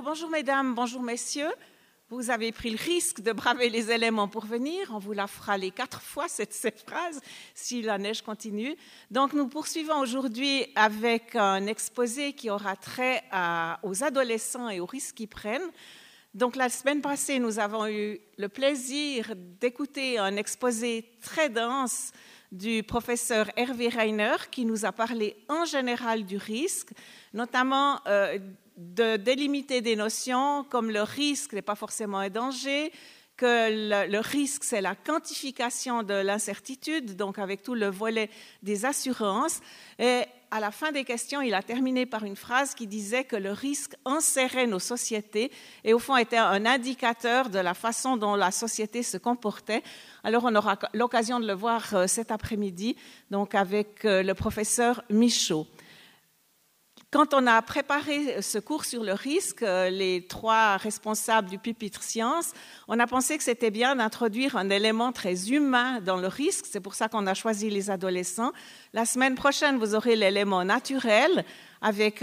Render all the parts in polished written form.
bonjour mesdames, bonjour messieurs. Vous avez pris le risque de braver les éléments pour venir. On vous la fera les 4 fois, cette phrase, si la neige continue. Donc, nous poursuivons aujourd'hui avec un exposé qui aura trait aux adolescents et aux risques qu'ils prennent. Donc, la semaine passée, nous avons eu le plaisir d'écouter un exposé très dense du professeur Hervé Reiner qui nous a parlé en général du risque, notamment de délimiter des notions comme le risque n'est pas forcément un danger, que le risque, c'est la quantification de l'incertitude, donc avec tout le volet des assurances. Et à la fin des questions, il a terminé par une phrase qui disait que le risque enserrait nos sociétés et au fond était un indicateur de la façon dont la société se comportait. Alors on aura l'occasion de le voir cet après-midi, donc avec le professeur Michaud. Quand on a préparé ce cours sur le risque, les 3 responsables du pupitre sciences, on a pensé que c'était bien d'introduire un élément très humain dans le risque. C'est pour ça qu'on a choisi les adolescents. La semaine prochaine, vous aurez l'élément naturel avec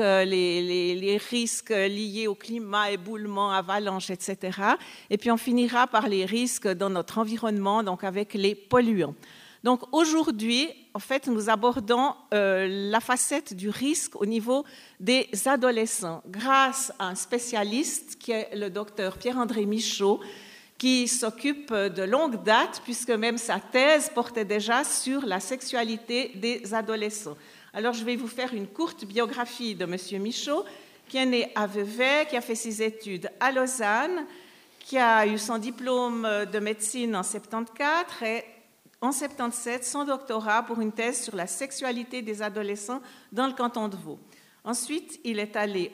les risques liés au climat, éboulement, avalanche, etc. Et puis on finira par les risques dans notre environnement, donc avec les polluants. Donc aujourd'hui, en fait, nous abordons la facette du risque au niveau des adolescents grâce à un spécialiste qui est le docteur Pierre-André Michaud, qui s'occupe de longue date, puisque même sa thèse portait déjà sur la sexualité des adolescents. Alors je vais vous faire une courte biographie de M. Michaud, qui est né à Vevey, qui a fait ses études à Lausanne, qui a eu son diplôme de médecine en 1974 et en 1977, son doctorat pour une thèse sur la sexualité des adolescents dans le canton de Vaud. Ensuite, il est allé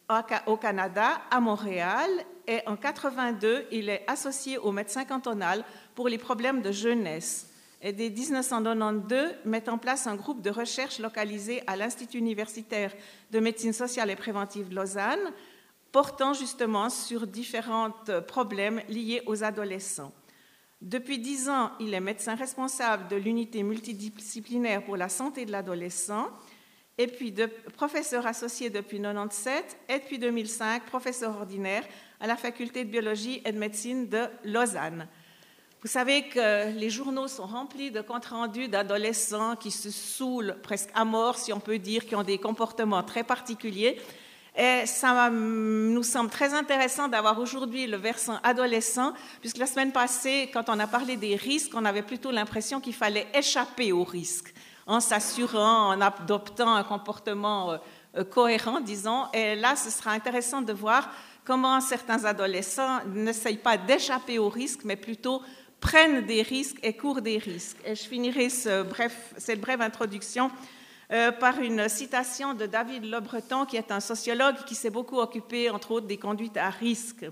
au Canada, à Montréal, et en 1982, il est associé au médecin cantonal pour les problèmes de jeunesse. Et dès 1992, met en place un groupe de recherche localisé à l'Institut universitaire de médecine sociale et préventive de Lausanne, portant justement sur différents problèmes liés aux adolescents. Depuis 10 ans, il est médecin responsable de l'unité multidisciplinaire pour la santé de l'adolescent, et puis professeur associé depuis 1997, et depuis 2005, professeur ordinaire à la faculté de biologie et de médecine de Lausanne. Vous savez que les journaux sont remplis de comptes rendus d'adolescents qui se saoulent presque à mort, si on peut dire, qui ont des comportements très particuliers. Et ça nous semble très intéressant d'avoir aujourd'hui le versant adolescent, puisque la semaine passée, quand on a parlé des risques, on avait plutôt l'impression qu'il fallait échapper aux risques, en s'assurant, en adoptant un comportement cohérent, disons. Et là, ce sera intéressant de voir comment certains adolescents n'essayent pas d'échapper aux risques, mais plutôt prennent des risques et courent des risques. Et je finirai cette brève introduction par une citation de David Le Breton, qui est un sociologue qui s'est beaucoup occupé, entre autres, des conduites à risque.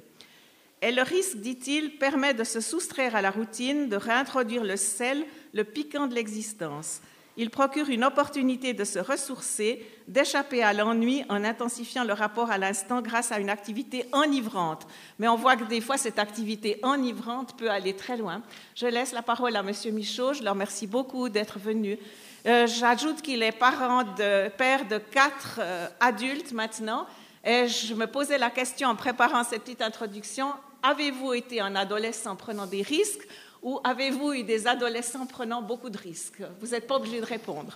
Et le risque, dit-il, permet de se soustraire à la routine, de réintroduire le sel, le piquant de l'existence. Il procure une opportunité de se ressourcer, d'échapper à l'ennui en intensifiant le rapport à l'instant grâce à une activité enivrante. Mais on voit que des fois, cette activité enivrante peut aller très loin. Je laisse la parole à M. Michaud. Je leur remercie beaucoup d'être venu. J'ajoute qu'il est père de 4 adultes maintenant, et je me posais la question en préparant cette petite introduction, avez-vous été un adolescent prenant des risques ou avez-vous eu des adolescents prenant beaucoup de risques? Vous n'êtes pas obligé de répondre.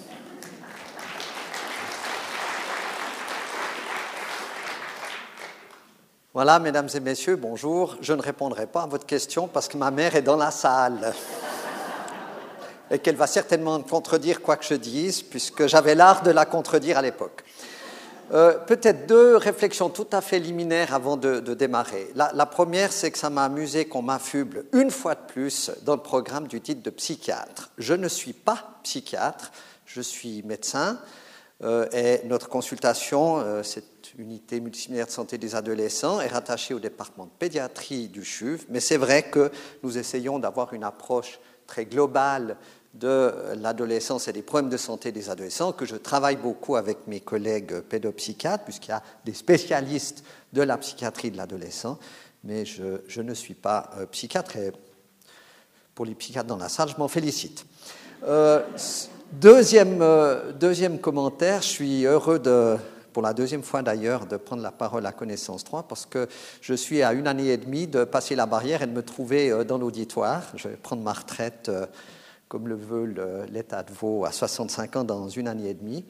Voilà, mesdames et messieurs, bonjour. Je ne répondrai pas à votre question parce que ma mère est dans la salle. Et qu'elle va certainement contredire quoi que je dise, puisque j'avais l'art de la contredire à l'époque. Peut-être 2 réflexions tout à fait liminaires avant de démarrer. La première, c'est que ça m'a amusé qu'on m'affuble une fois de plus dans le programme du titre de psychiatre. Je ne suis pas psychiatre, je suis médecin, et notre consultation, cette unité multidisciplinaire de santé des adolescents, est rattachée au département de pédiatrie du CHUV, mais c'est vrai que nous essayons d'avoir une approche très globale de l'adolescence et des problèmes de santé des adolescents, que je travaille beaucoup avec mes collègues pédopsychiatres, puisqu'il y a des spécialistes de la psychiatrie de l'adolescent, mais je ne suis pas psychiatre, et pour les psychiatres dans la salle, je m'en félicite. Deuxième commentaire, je suis heureux de pour la deuxième fois d'ailleurs, de prendre la parole à Connaissance 3 parce que je suis à 1 année et demie de passer la barrière et de me trouver dans l'auditoire. Je vais prendre ma retraite, comme le veut l'État de Vaud, à 65 ans dans 1 année et demie.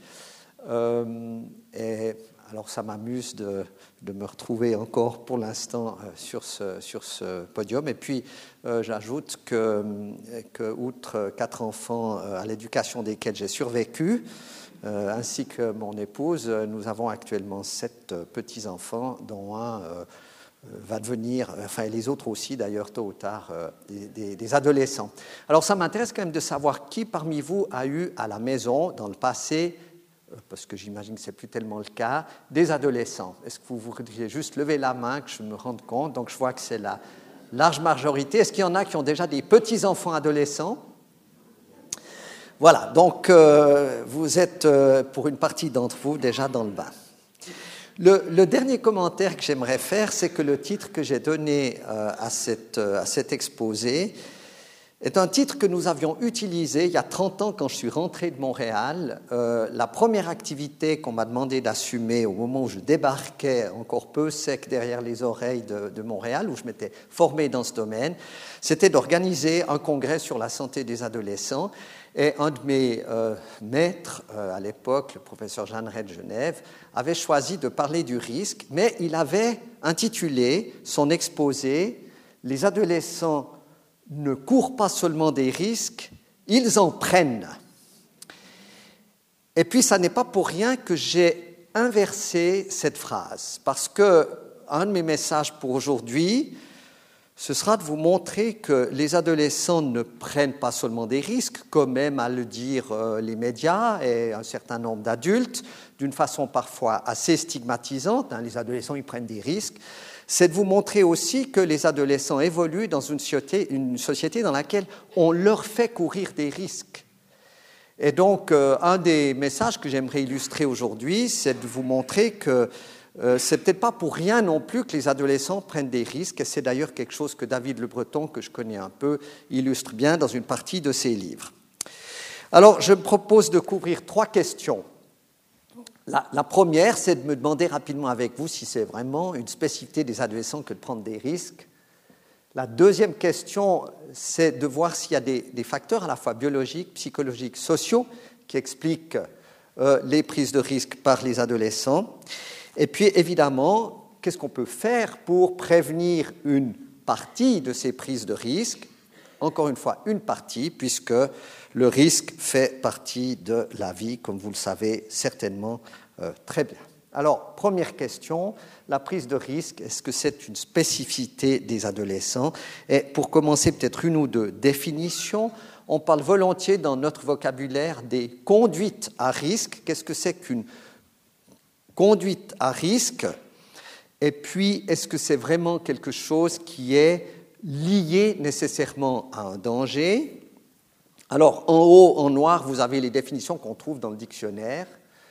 Et alors ça m'amuse de me retrouver encore pour l'instant sur ce podium. Et puis j'ajoute que outre 4 enfants à l'éducation desquels j'ai survécu, ainsi que mon épouse, nous avons actuellement 7 petits-enfants, dont un va devenir, enfin et les autres aussi d'ailleurs tôt ou tard, des adolescents. Alors ça m'intéresse quand même de savoir qui parmi vous a eu à la maison dans le passé, parce que j'imagine que ce n'est plus tellement le cas, des adolescents. Est-ce que vous voudriez juste lever la main, que je me rende compte? Donc je vois que c'est la large majorité. Est-ce qu'il y en a qui ont déjà des petits-enfants adolescents? Voilà, donc vous êtes, pour une partie d'entre vous, déjà dans le bain. Le dernier commentaire que j'aimerais faire, c'est que le titre que j'ai donné à cet exposé est un titre que nous avions utilisé il y a 30 ans quand je suis rentré de Montréal. La première activité qu'on m'a demandé d'assumer au moment où je débarquais encore peu sec derrière les oreilles de Montréal, où je m'étais formé dans ce domaine, c'était d'organiser un congrès sur la santé des adolescents. Et un de mes maîtres à l'époque, le professeur Jeanneret de Genève, avait choisi de parler du risque, mais il avait intitulé son exposé « Les adolescents ne courent pas seulement des risques, ils en prennent ». Et puis, ça n'est pas pour rien que j'ai inversé cette phrase, parce qu'un de mes messages pour aujourd'hui, ce sera de vous montrer que les adolescents ne prennent pas seulement des risques, comme aiment à le dire les médias et un certain nombre d'adultes, d'une façon parfois assez stigmatisante. Les adolescents, ils prennent des risques. C'est de vous montrer aussi que les adolescents évoluent dans une société dans laquelle on leur fait courir des risques. Et donc, un des messages que j'aimerais illustrer aujourd'hui, c'est de vous montrer que c'est peut-être pas pour rien non plus que les adolescents prennent des risques, et c'est d'ailleurs quelque chose que David Le Breton, que je connais un peu, illustre bien dans une partie de ses livres. Alors, je me propose de couvrir 3 questions. La première, c'est de me demander rapidement avec vous si c'est vraiment une spécificité des adolescents que de prendre des risques. La deuxième question, c'est de voir s'il y a des facteurs à la fois biologiques, psychologiques, sociaux qui expliquent les prises de risques par les adolescents. Et puis, évidemment, qu'est-ce qu'on peut faire pour prévenir une partie de ces prises de risques? Encore une fois, une partie, puisque le risque fait partie de la vie, comme vous le savez certainement très bien. Alors, première question, la prise de risque, est-ce que c'est une spécificité des adolescents? Et pour commencer, peut-être 1 ou 2 définitions. On parle volontiers dans notre vocabulaire des conduites à risque. Qu'est-ce que c'est qu'une conduite à risque? Et puis, est-ce que c'est vraiment quelque chose qui est lié nécessairement à un danger? Alors, en haut, en noir, vous avez les définitions qu'on trouve dans le dictionnaire,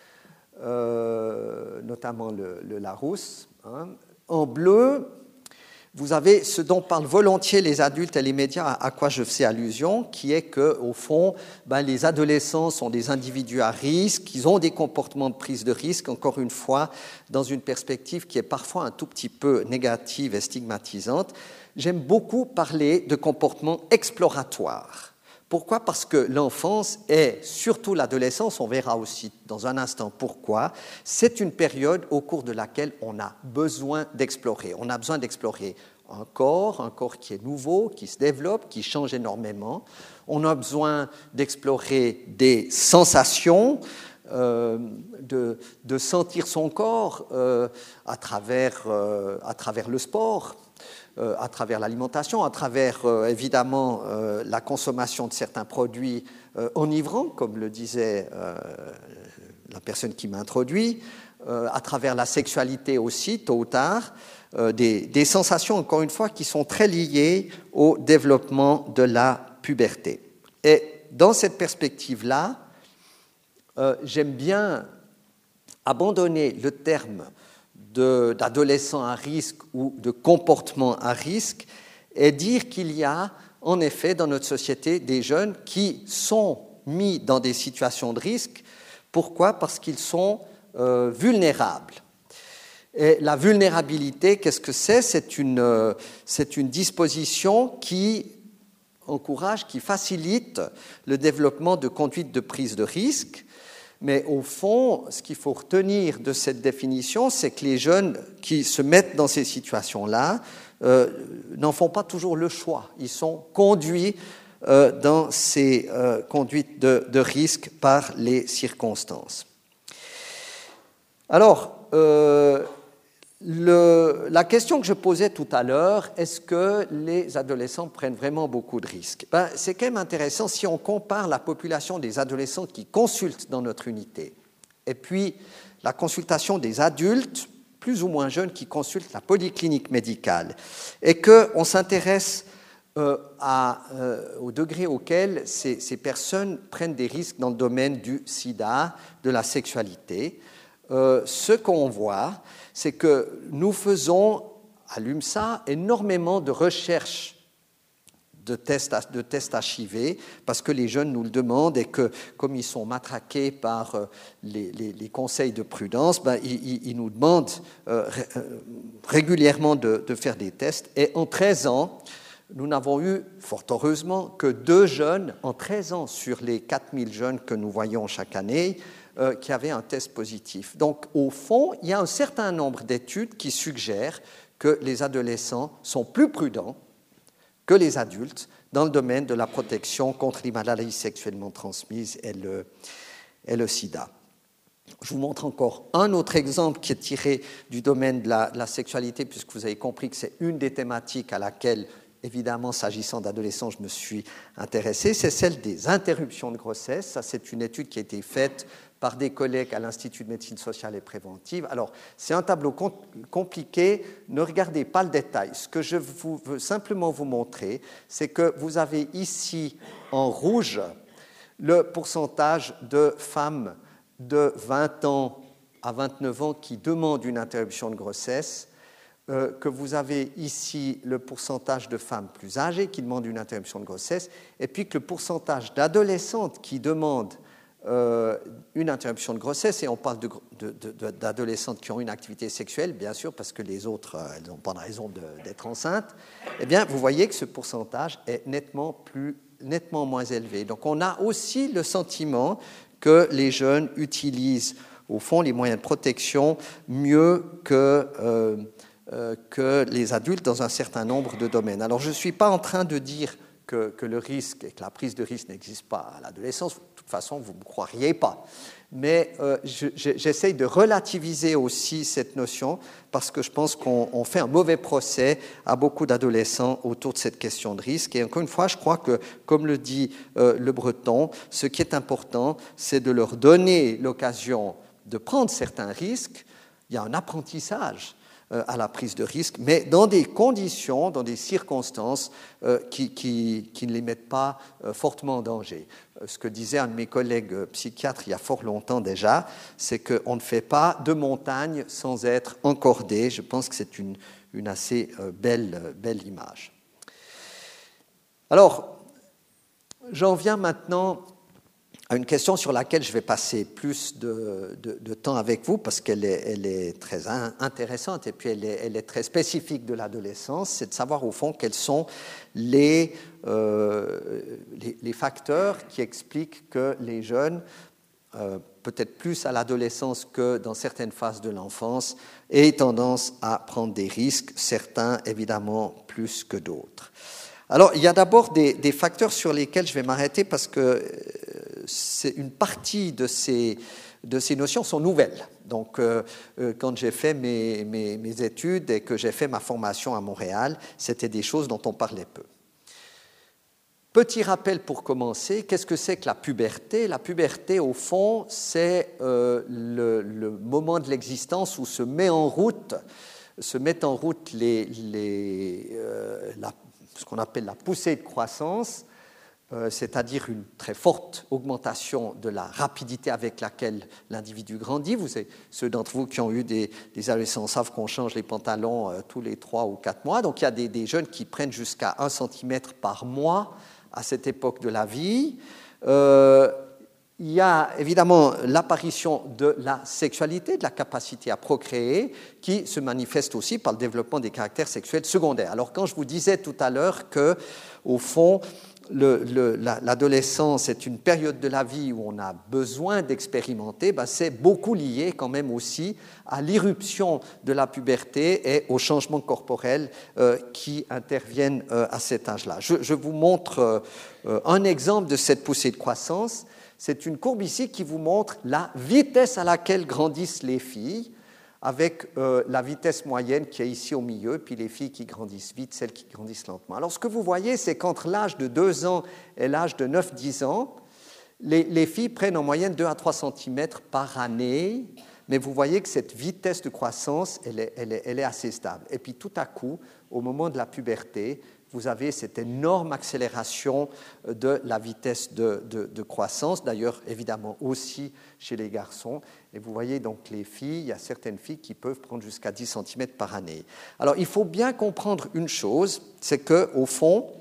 notamment le Larousse. En bleu, vous avez ce dont parlent volontiers les adultes et les médias, à quoi je fais allusion, qui est qu'au fond, les adolescents sont des individus à risque, ils ont des comportements de prise de risque, encore une fois, dans une perspective qui est parfois un tout petit peu négative et stigmatisante. J'aime beaucoup parler de comportements exploratoires. Pourquoi? Parce que l'enfance et surtout l'adolescence, on verra aussi dans un instant pourquoi, c'est une période au cours de laquelle on a besoin d'explorer. On a besoin d'explorer un corps qui est nouveau, qui se développe, qui change énormément. On a besoin d'explorer des sensations, de sentir son corps à travers le sport, à travers l'alimentation, à travers évidemment la consommation de certains produits enivrants, comme le disait la personne qui m'a introduit, à travers la sexualité aussi, tôt ou tard, des sensations, encore une fois, qui sont très liées au développement de la puberté. Et dans cette perspective-là, j'aime bien abandonner le terme d'adolescents à risque ou de comportement à risque et dire qu'il y a en effet dans notre société des jeunes qui sont mis dans des situations de risque. Pourquoi? Parce qu'ils sont vulnérables. Et la vulnérabilité, qu'est-ce que c'est ? C'est une disposition qui encourage, qui facilite le développement de conduites de prise de risque. Mais au fond, ce qu'il faut retenir de cette définition, c'est que les jeunes qui se mettent dans ces situations-là n'en font pas toujours le choix. Ils sont conduits dans ces conduites de risque par les circonstances. Alors, la question que je posais tout à l'heure, est-ce que les adolescents prennent vraiment beaucoup de risques ? C'est quand même intéressant si on compare la population des adolescents qui consultent dans notre unité et puis la consultation des adultes plus ou moins jeunes qui consultent la polyclinique médicale et qu'on s'intéresse au degré auquel ces personnes prennent des risques dans le domaine du sida, de la sexualité. Ce qu'on voit, c'est que nous faisons à l'UMSA énormément de recherches de tests HIV parce que les jeunes nous le demandent et que, comme ils sont matraqués par les conseils de prudence, ils nous demandent régulièrement de faire des tests. Et en 13 ans, nous n'avons eu, fort heureusement, que 2 jeunes, en 13 ans sur les 4000 jeunes que nous voyons chaque année, qui avaient un test positif. Donc, au fond, il y a un certain nombre d'études qui suggèrent que les adolescents sont plus prudents que les adultes dans le domaine de la protection contre les maladies sexuellement transmises et le sida. Je vous montre encore un autre exemple qui est tiré du domaine de la sexualité, puisque vous avez compris que c'est une des thématiques à laquelle, évidemment, s'agissant d'adolescents, je me suis intéressé. C'est celle des interruptions de grossesse. Ça, c'est une étude qui a été faite par des collègues à l'Institut de médecine sociale et préventive. Alors, c'est un tableau compliqué, ne regardez pas le détail. Ce que je veux simplement vous montrer, c'est que vous avez ici, en rouge, le pourcentage de femmes de 20 ans à 29 ans qui demandent une interruption de grossesse, que vous avez ici le pourcentage de femmes plus âgées qui demandent une interruption de grossesse, et puis que le pourcentage d'adolescentes qui demandent une interruption de grossesse, et on parle d'adolescentes qui ont une activité sexuelle, bien sûr, parce que les autres, elles n'ont pas de raison d'être enceintes, eh bien, vous voyez que ce pourcentage est nettement moins élevé. Donc, on a aussi le sentiment que les jeunes utilisent, au fond, les moyens de protection mieux que les adultes dans un certain nombre de domaines. Alors, je ne suis pas en train de dire que le risque et que la prise de risque n'existe pas à l'adolescence. De toute façon, vous ne me croiriez pas. Mais j'essaye de relativiser aussi cette notion parce que je pense qu'on fait un mauvais procès à beaucoup d'adolescents autour de cette question de risque. Et encore une fois, je crois que, comme le dit Le Breton, ce qui est important, c'est de leur donner l'occasion de prendre certains risques. Il y a un apprentissage à la prise de risque, mais dans des conditions, dans des circonstances qui ne les mettent pas fortement en danger. Ce que disait un de mes collègues psychiatres il y a fort longtemps déjà, c'est qu'on ne fait pas de montagne sans être encordé. Je pense que c'est une assez belle image. Alors, j'en viens maintenant à une question sur laquelle je vais passer plus de temps avec vous parce qu'elle est très intéressante et puis elle est très spécifique de l'adolescence, c'est de savoir au fond quels sont les facteurs qui expliquent que les jeunes, peut-être plus à l'adolescence que dans certaines phases de l'enfance, aient tendance à prendre des risques, certains évidemment plus que d'autres. Alors, il y a d'abord des facteurs sur lesquels je vais m'arrêter parce que une partie de ces notions sont nouvelles. Donc, quand j'ai fait mes études et que j'ai fait ma formation à Montréal, c'était des choses dont on parlait peu. Petit rappel pour commencer, qu'est-ce que c'est que la puberté ? La puberté, au fond, c'est le moment de l'existence où se mettent en route ce qu'on appelle la poussée de croissance, c'est-à-dire une très forte augmentation de la rapidité avec laquelle l'individu grandit. Ceux d'entre vous qui ont eu des adolescents savent qu'on change les pantalons tous les 3 ou 4 mois. Donc il y a des jeunes qui prennent jusqu'à 1 cm par mois à cette époque de la vie. Il y a évidemment l'apparition de la sexualité, de la capacité à procréer, qui se manifeste aussi par le développement des caractères sexuels secondaires. Alors quand je vous disais tout à l'heure que, au fond, l'adolescence est une période de la vie où on a besoin d'expérimenter, c'est beaucoup lié quand même aussi à l'irruption de la puberté et aux changements corporels qui interviennent à cet âge-là. Je vous montre un exemple de cette poussée de croissance. C'est une courbe ici qui vous montre la vitesse à laquelle grandissent les filles, avec la vitesse moyenne qui est ici au milieu, puis les filles qui grandissent vite, celles qui grandissent lentement. Alors ce que vous voyez, c'est qu'entre l'âge de 2 ans et l'âge de 9-10 ans, les filles prennent en moyenne 2 à 3 cm par année, mais vous voyez que cette vitesse de croissance, elle est assez stable. Et puis tout à coup, au moment de la puberté, vous avez cette énorme accélération de la vitesse de croissance, d'ailleurs évidemment aussi chez les garçons. Et vous voyez donc les filles, il y a certaines filles qui peuvent prendre jusqu'à 10 cm par année. Alors il faut bien comprendre une chose, c'est qu'au fond,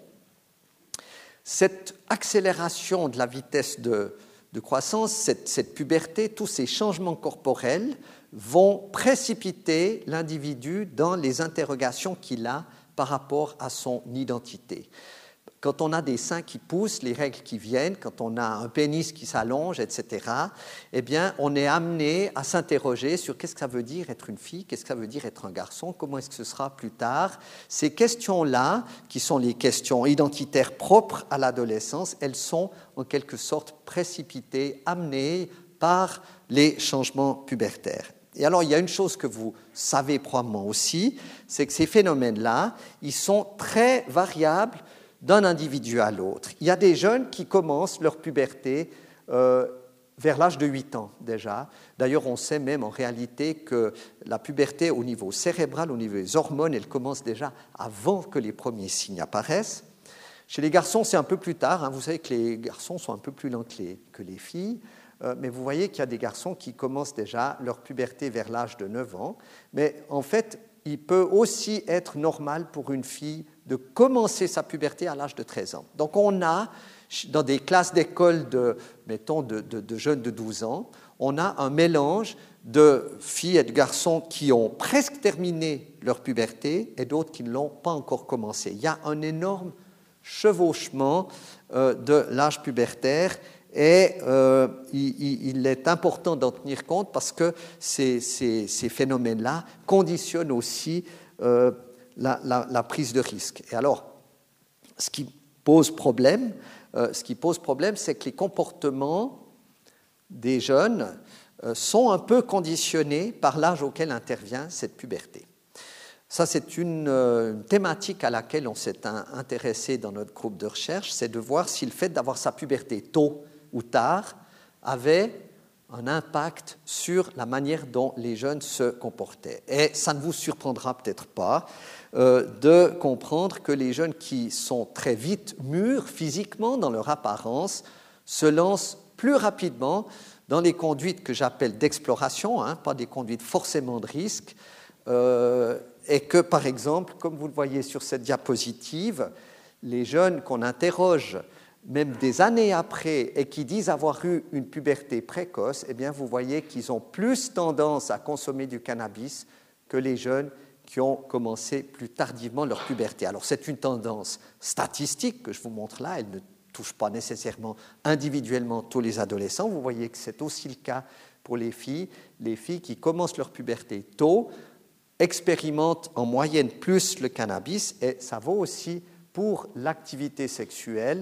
cette accélération de la vitesse de croissance, cette puberté, tous ces changements corporels vont précipiter l'individu dans les interrogations qu'il a par rapport à son identité. Quand on a des seins qui poussent, les règles qui viennent, quand on a un pénis qui s'allonge, etc., eh bien, on est amené à s'interroger sur qu'est-ce que ça veut dire être une fille, qu'est-ce que ça veut dire être un garçon, comment est-ce que ce sera plus tard. Ces questions-là, qui sont les questions identitaires propres à l'adolescence, elles sont en quelque sorte précipitées, amenées par les changements pubertaires. Et alors, il y a une chose que vous savez probablement aussi, c'est que ces phénomènes-là, ils sont très variables d'un individu à l'autre. Il y a des jeunes qui commencent leur puberté vers l'âge de 8 ans déjà. D'ailleurs, on sait même en réalité que la puberté au niveau cérébral, au niveau des hormones, elle commence déjà avant que les premiers signes apparaissent. Chez les garçons, c'est un peu plus tard. Vous savez que les garçons sont un peu plus lents que les filles. Mais vous voyez qu'il y a des garçons qui commencent déjà leur puberté vers l'âge de 9 ans. Mais en fait, il peut aussi être normal pour une fille de commencer sa puberté à l'âge de 13 ans. Donc on a, dans des classes d'école mettons, de jeunes de 12 ans, on a un mélange de filles et de garçons qui ont presque terminé leur puberté et d'autres qui ne l'ont pas encore commencé. Il y a un énorme chevauchement de l'âge pubertaire. Et il est important d'en tenir compte parce que ces phénomènes-là conditionnent aussi la prise de risque. Et alors, ce qui pose problème, c'est que les comportements des jeunes sont un peu conditionnés par l'âge auquel intervient cette puberté. Ça, c'est une thématique à laquelle on s'est intéressé dans notre groupe de recherche, c'est de voir si le fait d'avoir sa puberté tôt ou tard avait un impact sur la manière dont les jeunes se comportaient. Et ça ne vous surprendra peut-être pas de comprendre que les jeunes qui sont très vite mûrs physiquement dans leur apparence se lancent plus rapidement dans les conduites que j'appelle d'exploration, pas des conduites forcément de risque, et que, par exemple, comme vous le voyez sur cette diapositive, les jeunes qu'on interroge même des années après, et qui disent avoir eu une puberté précoce, eh bien, vous voyez qu'ils ont plus tendance à consommer du cannabis que les jeunes qui ont commencé plus tardivement leur puberté. Alors, c'est une tendance statistique que je vous montre là, elle ne touche pas nécessairement individuellement tous les adolescents. Vous voyez que c'est aussi le cas pour les filles qui commencent leur puberté tôt, expérimentent en moyenne plus le cannabis, et ça vaut aussi pour l'activité sexuelle.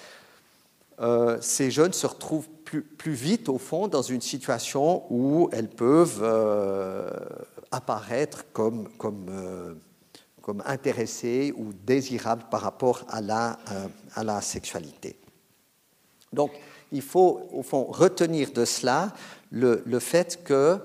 Ces jeunes se retrouvent plus vite, au fond, dans une situation où elles peuvent apparaître comme intéressées ou désirables par rapport à la sexualité. Donc, il faut, au fond, retenir de cela le fait que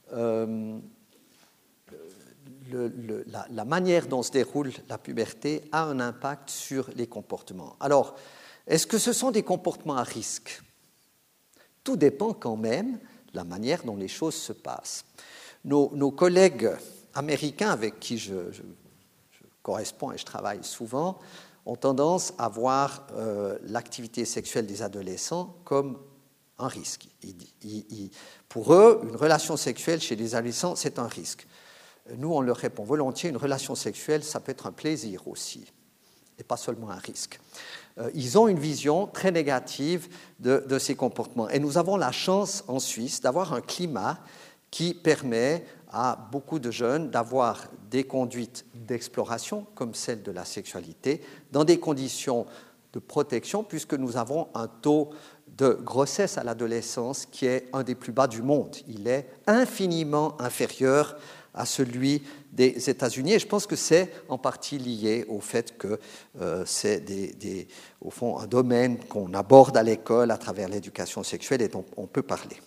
la manière dont se déroule la puberté a un impact sur les comportements. Alors, est-ce que ce sont des comportements à risque ? Tout dépend quand même de la manière dont les choses se passent. Nos collègues américains avec qui je corresponds et je travaille souvent ont tendance à voir l'activité sexuelle des adolescents comme un risque. Pour eux, une relation sexuelle chez les adolescents, c'est un risque. Nous, on leur répond volontiers, une relation sexuelle, ça peut être un plaisir aussi, et pas seulement un risque. Ils ont une vision très négative de ces comportements. Et nous avons la chance en Suisse d'avoir un climat qui permet à beaucoup de jeunes d'avoir des conduites d'exploration, comme celle de la sexualité, dans des conditions de protection, puisque nous avons un taux de grossesse à l'adolescence qui est un des plus bas du monde. Il est infiniment inférieur à celui des États-Unis. Et je pense que c'est en partie lié au fait que c'est au fond un domaine qu'on aborde à l'école à travers l'éducation sexuelle et dont on peut parler.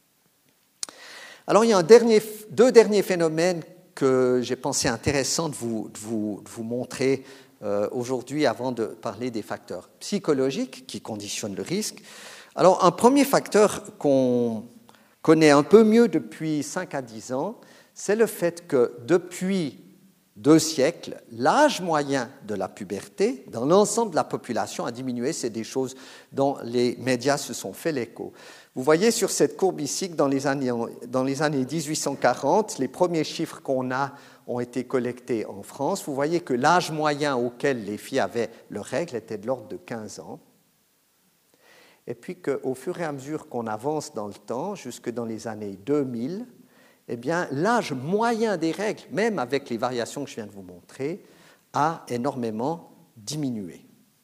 Alors, il y a deux derniers phénomènes que j'ai pensé intéressant de vous montrer aujourd'hui avant de parler des facteurs psychologiques qui conditionnent le risque. Alors, un premier facteur qu'on connaît un peu mieux depuis 5 à 10 ans, c'est le fait que depuis 2 siècles, l'âge moyen de la puberté dans l'ensemble de la population a diminué. C'est des choses dont les médias se sont fait l'écho. Vous voyez sur cette courbe ici que dans les années 1840, les premiers chiffres qu'on a ont été collectés en France. Vous voyez que l'âge moyen auquel les filles avaient leurs règles était de l'ordre de 15 ans. Et puis qu'au fur et à mesure qu'on avance dans le temps, jusque dans les années 2000, eh bien, l'âge moyen des règles, même avec les variations que je viens de vous montrer, a énormément diminué.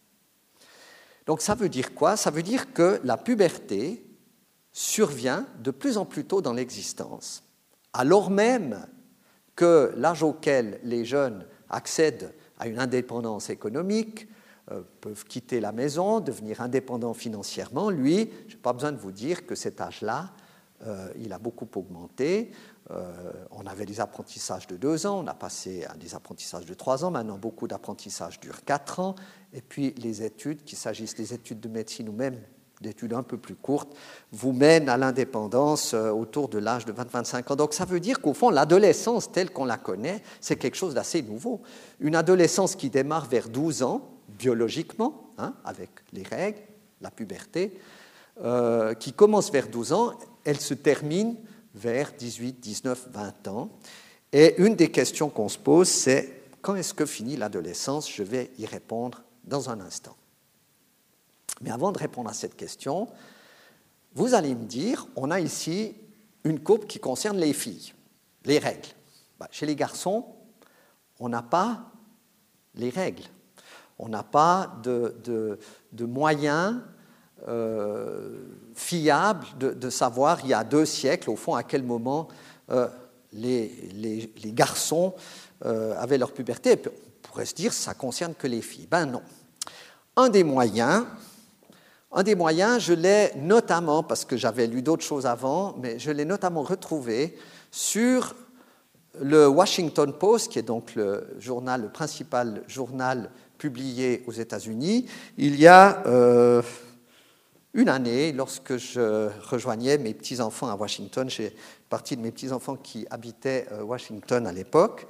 Donc ça veut dire quoi? Ça veut dire que la puberté survient de plus en plus tôt dans l'existence, alors même que l'âge auquel les jeunes accèdent à une indépendance économique, peuvent quitter la maison, devenir indépendants financièrement, lui, je n'ai pas besoin de vous dire que cet âge-là, il a beaucoup augmenté. On avait des apprentissages de 2 ans, on a passé à des apprentissages de 3 ans, maintenant beaucoup d'apprentissages durent 4 ans, et puis les études, qu'il s'agisse des études de médecine ou même d'études un peu plus courtes, vous mènent à l'indépendance autour de l'âge de 20-25 ans. Donc ça veut dire qu'au fond, l'adolescence telle qu'on la connaît, c'est quelque chose d'assez nouveau. Une adolescence qui démarre vers 12 ans, biologiquement, avec les règles, la puberté, qui commence vers 12 ans, elle se termine vers 18, 19, 20 ans. Et une des questions qu'on se pose, c'est quand est-ce que finit l'adolescence? Je vais y répondre dans un instant. Mais avant de répondre à cette question, vous allez me dire, on a ici une courbe qui concerne les filles, les règles. Chez les garçons, on n'a pas les règles. On n'a pas de moyens fiables de savoir, il y a 2 siècles, au fond, à quel moment les garçons avaient leur puberté. On pourrait se dire, ça ne concerne que les filles. Ben non. Un des moyens, je l'ai notamment, parce que j'avais lu d'autres choses avant, mais je l'ai notamment retrouvé sur le Washington Post, qui est donc le principal journal publié aux États-Unis. Il y a une année, lorsque je rejoignais mes petits-enfants à Washington, j'ai partie de mes petits-enfants qui habitaient Washington à l'époque,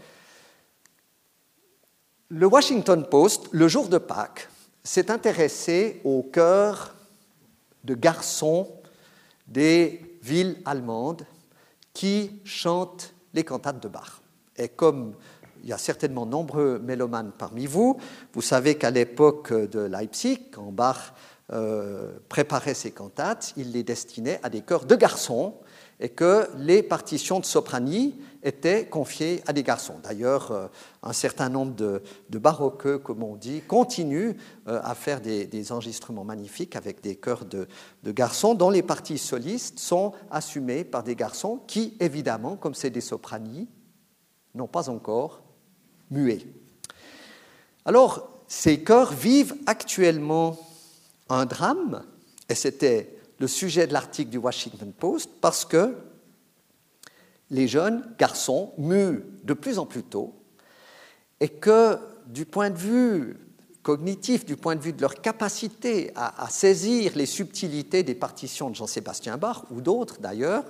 le Washington Post, le jour de Pâques, s'est intéressé au chœur de garçons des villes allemandes qui chantent les cantates de Bach. Et comme il y a certainement nombreux mélomanes parmi vous, vous savez qu'à l'époque de Leipzig, quand Bach préparait ses cantates, il les destinait à des chœurs de garçons et que les partitions de sopranie étaient confiées à des garçons. D'ailleurs, un certain nombre de baroqueux, comme on dit, continuent à faire des enregistrements magnifiques avec des chœurs de garçons dont les parties solistes sont assumées par des garçons qui, évidemment, comme c'est des sopranies, n'ont pas encore mué. Alors, ces chœurs vivent actuellement un drame, et c'était le sujet de l'article du Washington Post, parce que les jeunes garçons muent de plus en plus tôt, et que du point de vue cognitif, du point de vue de leur capacité à saisir les subtilités des partitions de Jean-Sébastien Bach, ou d'autres d'ailleurs,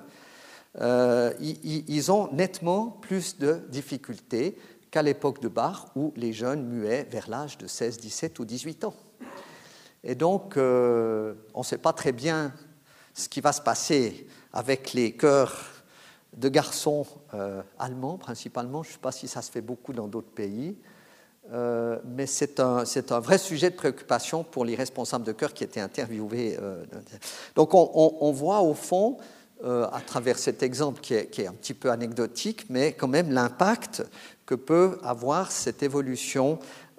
ils ont nettement plus de difficultés qu'à l'époque de Bach, où les jeunes muaient vers l'âge de 16, 17 ou 18 ans. Et donc, on ne sait pas très bien ce qui va se passer avec les chœurs de garçons allemands principalement. Je ne sais pas si ça se fait beaucoup dans d'autres pays, mais c'est un vrai sujet de préoccupation pour les responsables de chœur qui étaient interviewés. Donc on voit au fond, à travers cet exemple qui est un petit peu anecdotique, mais quand même l'impact que peut avoir cette évolution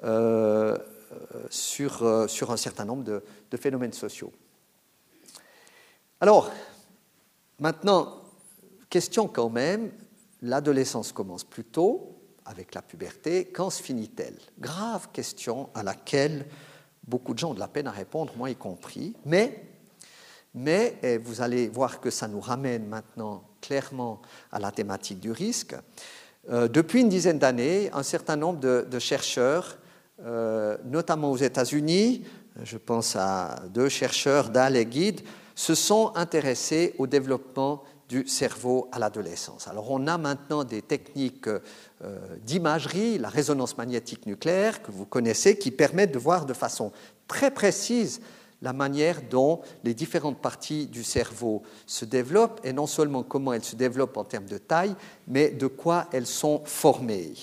sur un certain nombre de phénomènes sociaux. Alors, maintenant, question quand même, l'adolescence commence plus tôt, avec la puberté, quand se finit-elle? Grave question à laquelle beaucoup de gens ont de la peine à répondre, moi y compris, mais vous allez voir que ça nous ramène maintenant clairement à la thématique du risque. Depuis une dizaine d'années, un certain nombre de chercheurs, notamment aux États-Unis, je pense à 2 chercheurs, Dahl et Guide, se sont intéressés au développement du cerveau à l'adolescence. Alors on a maintenant des techniques d'imagerie, la résonance magnétique nucléaire que vous connaissez, qui permettent de voir de façon très précise la manière dont les différentes parties du cerveau se développent, et non seulement comment elles se développent en termes de taille, mais de quoi elles sont formées.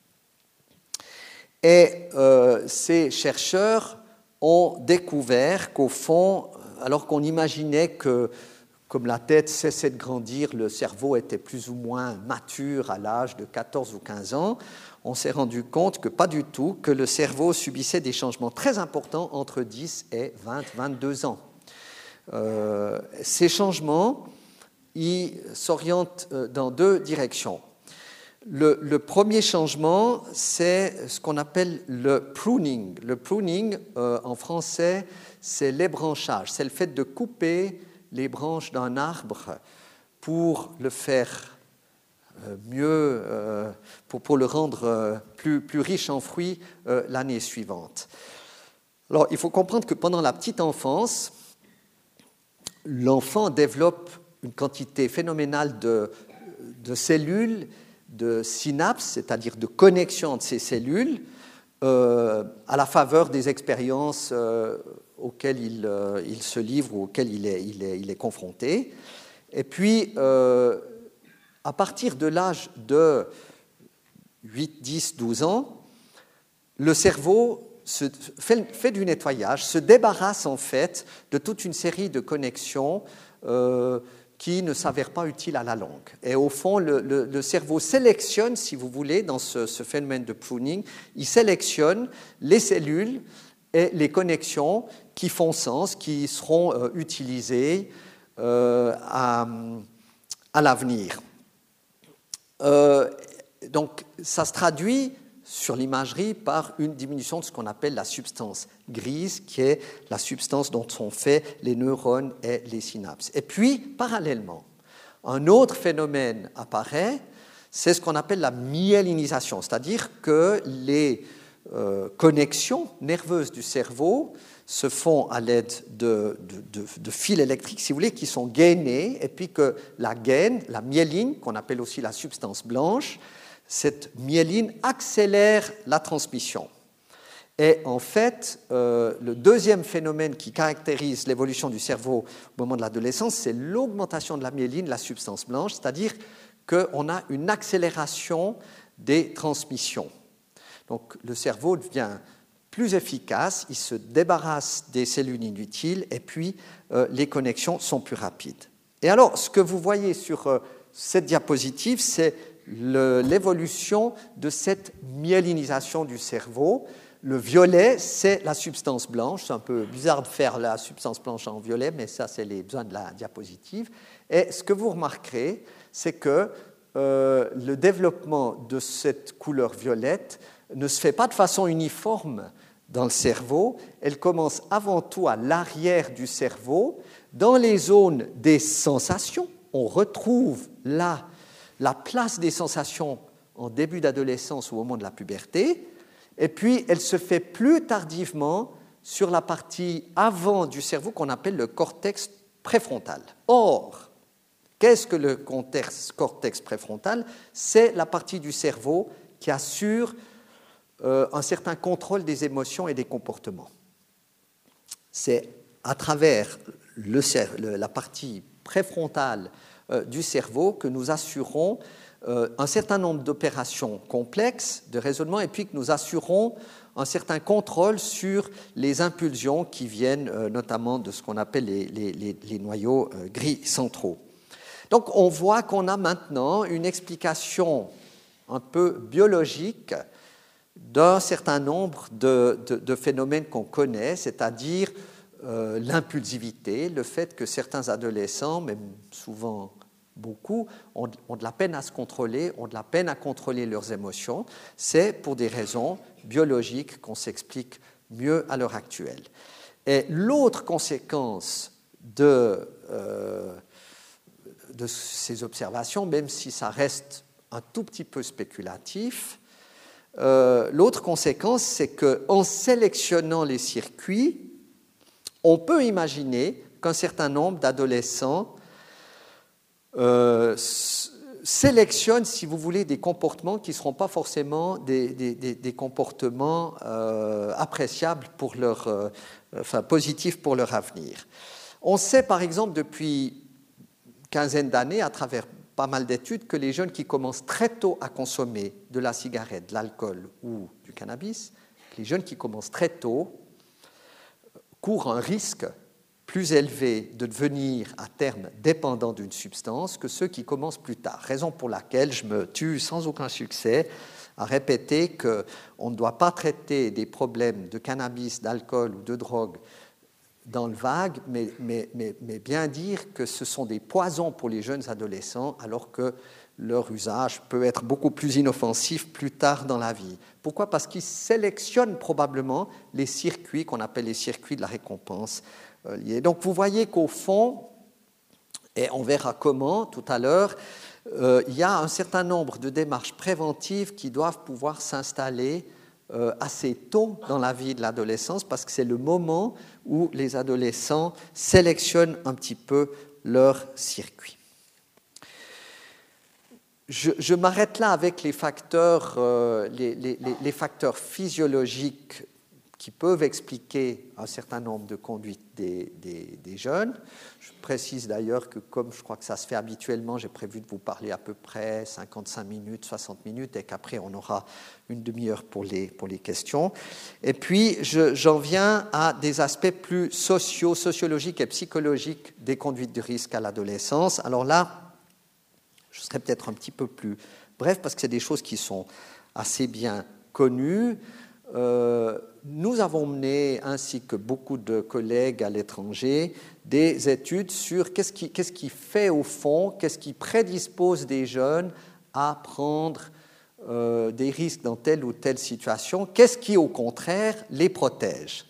Et ces chercheurs ont découvert qu'au fond, alors qu'on imaginait que, comme la tête cessait de grandir, le cerveau était plus ou moins mature à l'âge de 14 ou 15 ans, on s'est rendu compte que pas du tout, que le cerveau subissait des changements très importants entre 10 et 20, 22 ans. Ces changements, ils s'orientent dans 2 directions. Le premier changement, c'est ce qu'on appelle le pruning. Le pruning, en français, c'est l'ébranchage. C'est le fait de couper les branches d'un arbre pour le faire mieux, pour le rendre plus riche en fruits l'année suivante. Alors, il faut comprendre que pendant la petite enfance, l'enfant développe une quantité phénoménale de cellules, de synapses, c'est-à-dire de connexions entre ces cellules, à la faveur des expériences auxquelles il se livre ou auxquelles il est confronté. Et puis, à partir de l'âge de 8, 10, 12 ans, le cerveau fait du nettoyage, se débarrasse en fait de toute une série de connexions qui ne s'avèrent pas utiles à la longue. Et au fond, le cerveau sélectionne, si vous voulez, dans ce phénomène de pruning, il sélectionne les cellules et les connexions qui font sens, qui seront utilisées à l'avenir. Donc, ça se traduit sur l'imagerie par une diminution de ce qu'on appelle la substance grise, qui est la substance dont sont faits les neurones et les synapses. Et puis, parallèlement, un autre phénomène apparaît, c'est ce qu'on appelle la myélinisation, c'est-à-dire que les connexions nerveuses du cerveau se font à l'aide de fils électriques, si vous voulez, qui sont gainés, et puis que la gaine, la myéline, qu'on appelle aussi la substance blanche, cette myéline accélère la transmission. Et en fait, le deuxième phénomène qui caractérise l'évolution du cerveau au moment de l'adolescence, c'est l'augmentation de la myéline, la substance blanche, c'est-à-dire qu'on a une accélération des transmissions. Donc le cerveau devient plus efficace, il se débarrasse des cellules inutiles et puis les connexions sont plus rapides. Et alors, ce que vous voyez sur cette diapositive, c'est l'évolution de cette myélinisation du cerveau. Le violet, c'est la substance blanche. C'est un peu bizarre de faire la substance blanche en violet, mais ça, c'est les besoins de la diapositive. Et ce que vous remarquerez, c'est que le développement de cette couleur violette ne se fait pas de façon uniforme dans le cerveau. Elle commence avant tout à l'arrière du cerveau, dans les zones des sensations. On retrouve là la place des sensations en début d'adolescence ou au moment de la puberté, et puis elle se fait plus tardivement sur la partie avant du cerveau qu'on appelle le cortex préfrontal. Or, qu'est-ce que le cortex préfrontal? C'est la partie du cerveau qui assure un certain contrôle des émotions et des comportements. C'est à travers la partie préfrontale du cerveau, que nous assurons un certain nombre d'opérations complexes de raisonnement et puis que nous assurons un certain contrôle sur les impulsions qui viennent notamment de ce qu'on appelle les noyaux gris centraux. Donc on voit qu'on a maintenant une explication un peu biologique d'un certain nombre de phénomènes qu'on connaît, c'est-à-dire l'impulsivité, le fait que certains adolescents, même souvent beaucoup, ont de la peine à se contrôler, ont de la peine à contrôler leurs émotions. C'est pour des raisons biologiques qu'on s'explique mieux à l'heure actuelle. Et l'autre conséquence de ces observations, même si ça reste un tout petit peu spéculatif, l'autre conséquence, c'est qu'en sélectionnant les circuits, on peut imaginer qu'un certain nombre d'adolescents sélectionnent, si vous voulez, des comportements qui ne seront pas forcément des comportements appréciables pour positifs pour leur avenir. On sait, par exemple, depuis une quinzaine d'années, à travers pas mal d'études, que les jeunes qui commencent très tôt à consommer de la cigarette, de l'alcool ou du cannabis, les jeunes qui commencent très tôt courent un risque plus élevé de devenir à terme dépendants d'une substance que ceux qui commencent plus tard. Raison pour laquelle je me tue sans aucun succès à répéter qu'on ne doit pas traiter des problèmes de cannabis, d'alcool ou de drogue dans le vague, mais bien dire que ce sont des poisons pour les jeunes adolescents alors que leur usage peut être beaucoup plus inoffensif plus tard dans la vie. Pourquoi ? Parce qu'ils sélectionnent probablement les circuits qu'on appelle les circuits de la récompense liés. Donc vous voyez qu'au fond, et on verra comment tout à l'heure, il y a un certain nombre de démarches préventives qui doivent pouvoir s'installer assez tôt dans la vie de l'adolescence parce que c'est le moment où les adolescents sélectionnent un petit peu leur circuit. Je m'arrête là avec les facteurs physiologiques qui peuvent expliquer un certain nombre de conduites des jeunes. Je précise d'ailleurs que comme je crois que ça se fait habituellement, j'ai prévu de vous parler à peu près 55 minutes, 60 minutes et qu'après on aura une demi-heure pour les questions. Et puis j'en viens à des aspects plus sociologiques et psychologiques des conduites de risque à l'adolescence. Alors là, je serai peut-être un petit peu plus bref parce que c'est des choses qui sont assez bien connues. Nous avons mené, ainsi que beaucoup de collègues à l'étranger, des études sur qu'est-ce qui fait au fond, qu'est-ce qui prédispose des jeunes à prendre des risques dans telle ou telle situation, qu'est-ce qui, au contraire, les protège.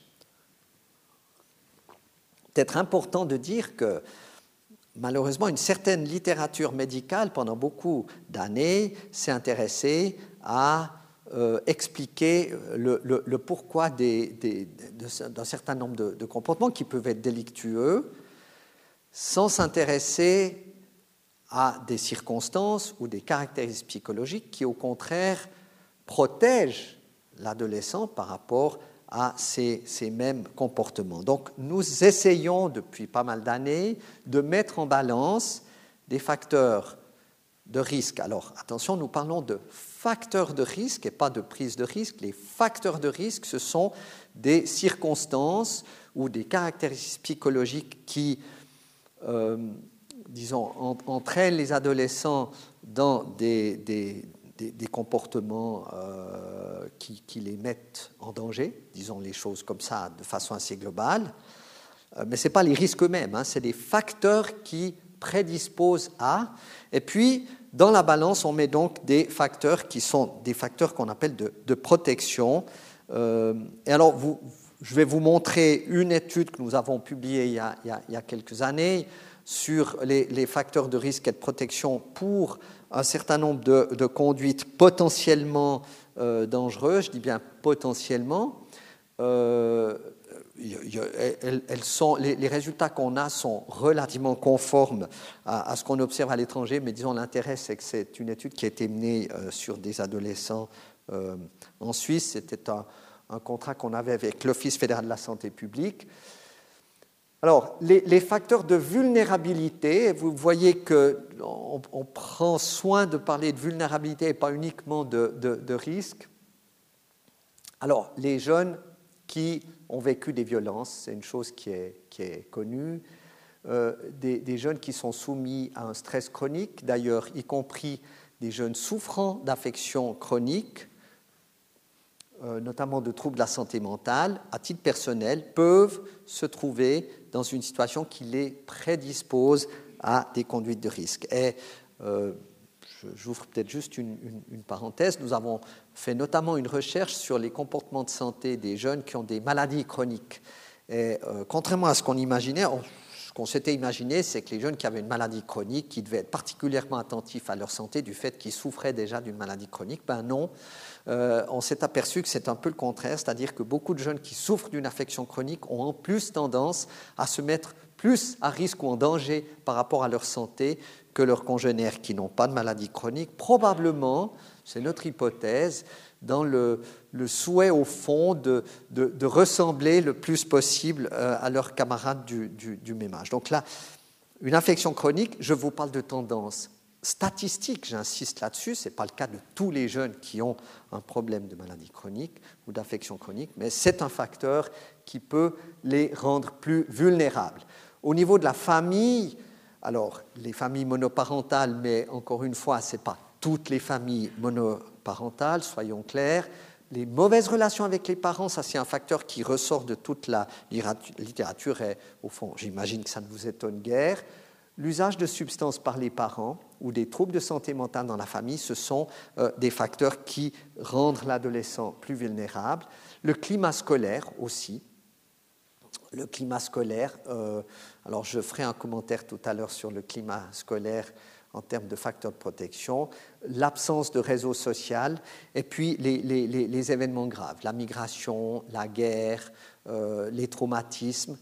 Peut-être important de dire que malheureusement, une certaine littérature médicale, pendant beaucoup d'années, s'est intéressée à expliquer le pourquoi d'un certain nombre de comportements qui peuvent être délictueux, sans s'intéresser à des circonstances ou des caractéristiques psychologiques qui, au contraire, protègent l'adolescent par rapport à ces mêmes comportements. Donc, nous essayons depuis pas mal d'années de mettre en balance des facteurs de risque. Alors, attention, nous parlons de facteurs de risque et pas de prise de risque. Les facteurs de risque, ce sont des circonstances ou des caractéristiques psychologiques qui, entraînent les adolescents dans des comportements qui les mettent en danger, disons les choses comme ça de façon assez globale. Mais ce n'est pas les risques eux-mêmes, c'est des facteurs qui prédisposent à. Et puis, dans la balance, on met donc des facteurs qui sont des facteurs qu'on appelle de protection. Et alors, je vais vous montrer une étude que nous avons publiée il y a quelques années sur les facteurs de risque et de protection pour un certain nombre de conduites potentiellement dangereuses. Je dis bien potentiellement. Les résultats qu'on a sont relativement conformes à ce qu'on observe à l'étranger, mais disons l'intérêt, c'est que c'est une étude qui a été menée sur des adolescents en Suisse. C'était un contrat qu'on avait avec l'Office fédéral de la santé publique. Alors, les facteurs de vulnérabilité, vous voyez qu'on prend soin de parler de vulnérabilité et pas uniquement de risque. Alors, les jeunes qui ont vécu des violences, c'est une chose qui est connue. Des jeunes qui sont soumis à un stress chronique, d'ailleurs, y compris des jeunes souffrant d'affections chroniques, notamment de troubles de la santé mentale, à titre personnel, peuvent se trouver dans une situation qui les prédispose à des conduites de risque. Et j'ouvre peut-être juste une parenthèse. Nous avons fait notamment une recherche sur les comportements de santé des jeunes qui ont des maladies chroniques. Et contrairement à ce qu'on imaginait, ce qu'on s'était imaginé, c'est que les jeunes qui avaient une maladie chronique, qui devaient être particulièrement attentifs à leur santé du fait qu'ils souffraient déjà d'une maladie chronique, ben non. On s'est aperçu que c'est un peu le contraire, c'est-à-dire que beaucoup de jeunes qui souffrent d'une affection chronique ont en plus tendance à se mettre plus à risque ou en danger par rapport à leur santé que leurs congénères qui n'ont pas de maladie chronique, probablement, c'est notre hypothèse, dans le souhait au fond de ressembler le plus possible à leurs camarades du même âge. Donc là, une affection chronique, je vous parle de tendance statistique, j'insiste là-dessus, ce n'est pas le cas de tous les jeunes qui ont un problème de maladie chronique ou d'affection chronique, mais c'est un facteur qui peut les rendre plus vulnérables. Au niveau de la famille, alors les familles monoparentales, mais encore une fois, ce n'est pas toutes les familles monoparentales, soyons clairs. Les mauvaises relations avec les parents, ça c'est un facteur qui ressort de toute la littérature et au fond, j'imagine que ça ne vous étonne guère. L'usage de substances par les parents ou des troubles de santé mentale dans la famille, ce sont des facteurs qui rendent l'adolescent plus vulnérable. Le climat scolaire aussi. Le climat scolaire, alors je ferai un commentaire tout à l'heure sur le climat scolaire en termes de facteurs de protection, l'absence de réseau social et puis les événements graves, la migration, la guerre, les traumatismes.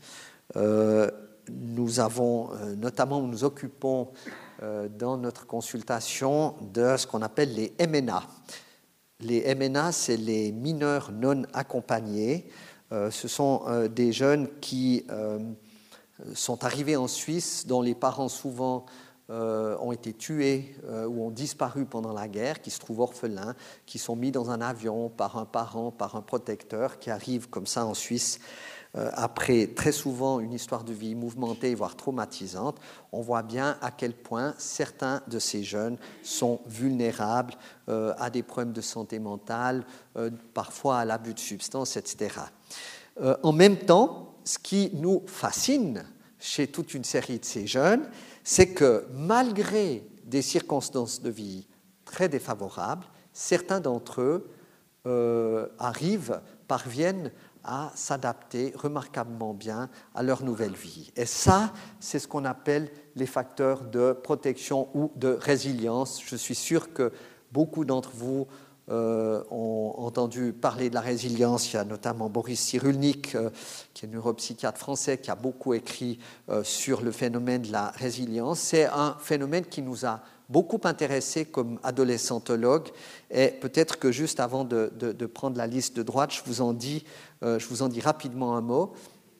Nous avons, notamment, nous nous occupons dans notre consultation de ce qu'on appelle les MNA. Les MNA, c'est les mineurs non accompagnés. Ce sont des jeunes qui sont arrivés en Suisse, dont les parents souvent ont été tués ou ont disparu pendant la guerre, qui se trouvent orphelins, qui sont mis dans un avion par un parent, par un protecteur, qui arrivent comme ça en Suisse après très souvent une histoire de vie mouvementée, voire traumatisante. On voit bien à quel point certains de ces jeunes sont vulnérables à des problèmes de santé mentale, parfois à l'abus de substances, etc. En même temps, ce qui nous fascine chez toute une série de ces jeunes, c'est que malgré des circonstances de vie très défavorables, certains d'entre eux parviennent à s'adapter remarquablement bien à leur nouvelle vie. Et ça, c'est ce qu'on appelle les facteurs de protection ou de résilience. Je suis sûr que beaucoup d'entre vous ont entendu parler de la résilience. Il y a notamment Boris Cyrulnik, qui est neuropsychiatre français, qui a beaucoup écrit sur le phénomène de la résilience. C'est un phénomène qui nous a beaucoup intéressés comme adolescentologues. Et peut-être que juste avant de prendre la liste de droite, je vous en dis rapidement un mot.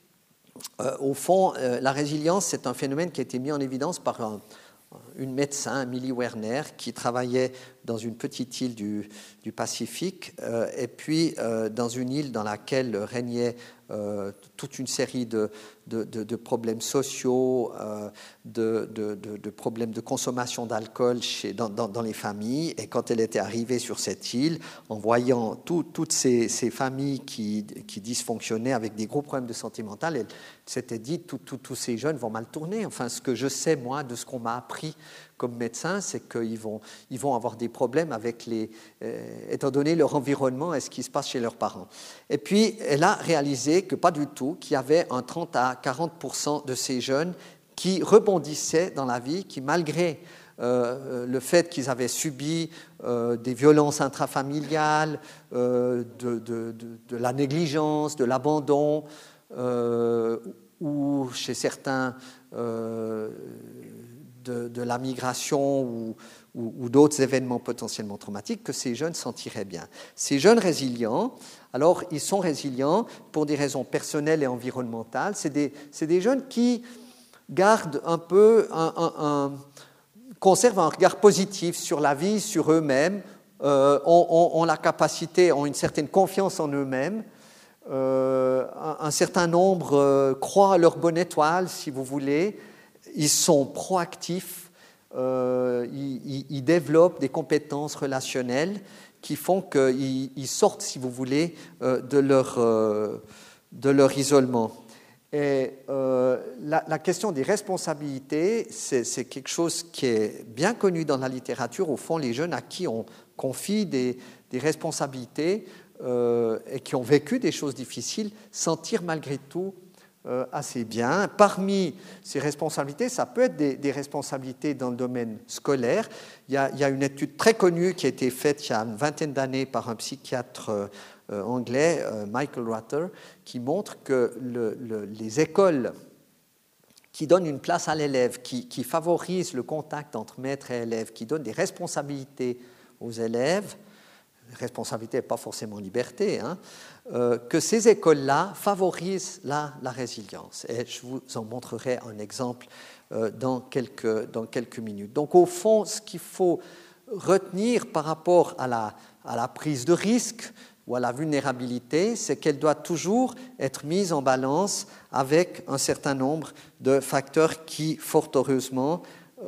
Au fond, la résilience, c'est un phénomène qui a été mis en évidence par une médecin, Millie Werner, qui travaillait dans une petite île du Pacifique, et puis dans une île dans laquelle régnait toute une série de problèmes sociaux, de problèmes de consommation d'alcool dans les familles. Et quand elle était arrivée sur cette île, en voyant toutes ces familles qui dysfonctionnaient avec des gros problèmes de santé mentale, elle s'était dit, tous ces jeunes vont mal tourner. Enfin, ce que je sais, moi, de ce qu'on m'a appris comme médecin, c'est qu'ils vont avoir des problèmes avec étant donné leur environnement et ce qui se passe chez leurs parents. Et puis, elle a réalisé que pas du tout, qu'il y avait un 30 à 40% de ces jeunes qui rebondissaient dans la vie, qui malgré le fait qu'ils avaient subi des violences intrafamiliales, de la négligence, de l'abandon, ou chez certains de la migration ou d'autres événements potentiellement traumatiques, que ces jeunes s'en tiraient bien. Ces jeunes résilients, alors ils sont résilients pour des raisons personnelles et environnementales. C'est des jeunes qui gardent un peu conservent un regard positif sur la vie, sur eux-mêmes, ont la capacité, ont une certaine confiance en eux-mêmes. Un certain nombre croient à leur bonne étoile, si vous voulez. Ils sont proactifs, ils développent des compétences relationnelles qui font qu'ils sortent, si vous voulez, de leur isolement. Et la question des responsabilités, c'est quelque chose qui est bien connu dans la littérature. Au fond, les jeunes à qui on confie des responsabilités et qui ont vécu des choses difficiles s'en tirent malgré tout assez bien. Parmi ces responsabilités, ça peut être des responsabilités dans le domaine scolaire. Il y a une étude très connue qui a été faite il y a une vingtaine d'années par un psychiatre anglais, Michael Rutter, qui montre que les écoles qui donnent une place à l'élève, qui favorisent le contact entre maître et élève, qui donnent des responsabilités aux élèves, responsabilité, pas forcément liberté, hein, que ces écoles-là favorisent la résilience. Et je vous en montrerai un exemple dans quelques minutes. Donc au fond, ce qu'il faut retenir par rapport à la prise de risque ou à la vulnérabilité, c'est qu'elle doit toujours être mise en balance avec un certain nombre de facteurs qui, fort heureusement,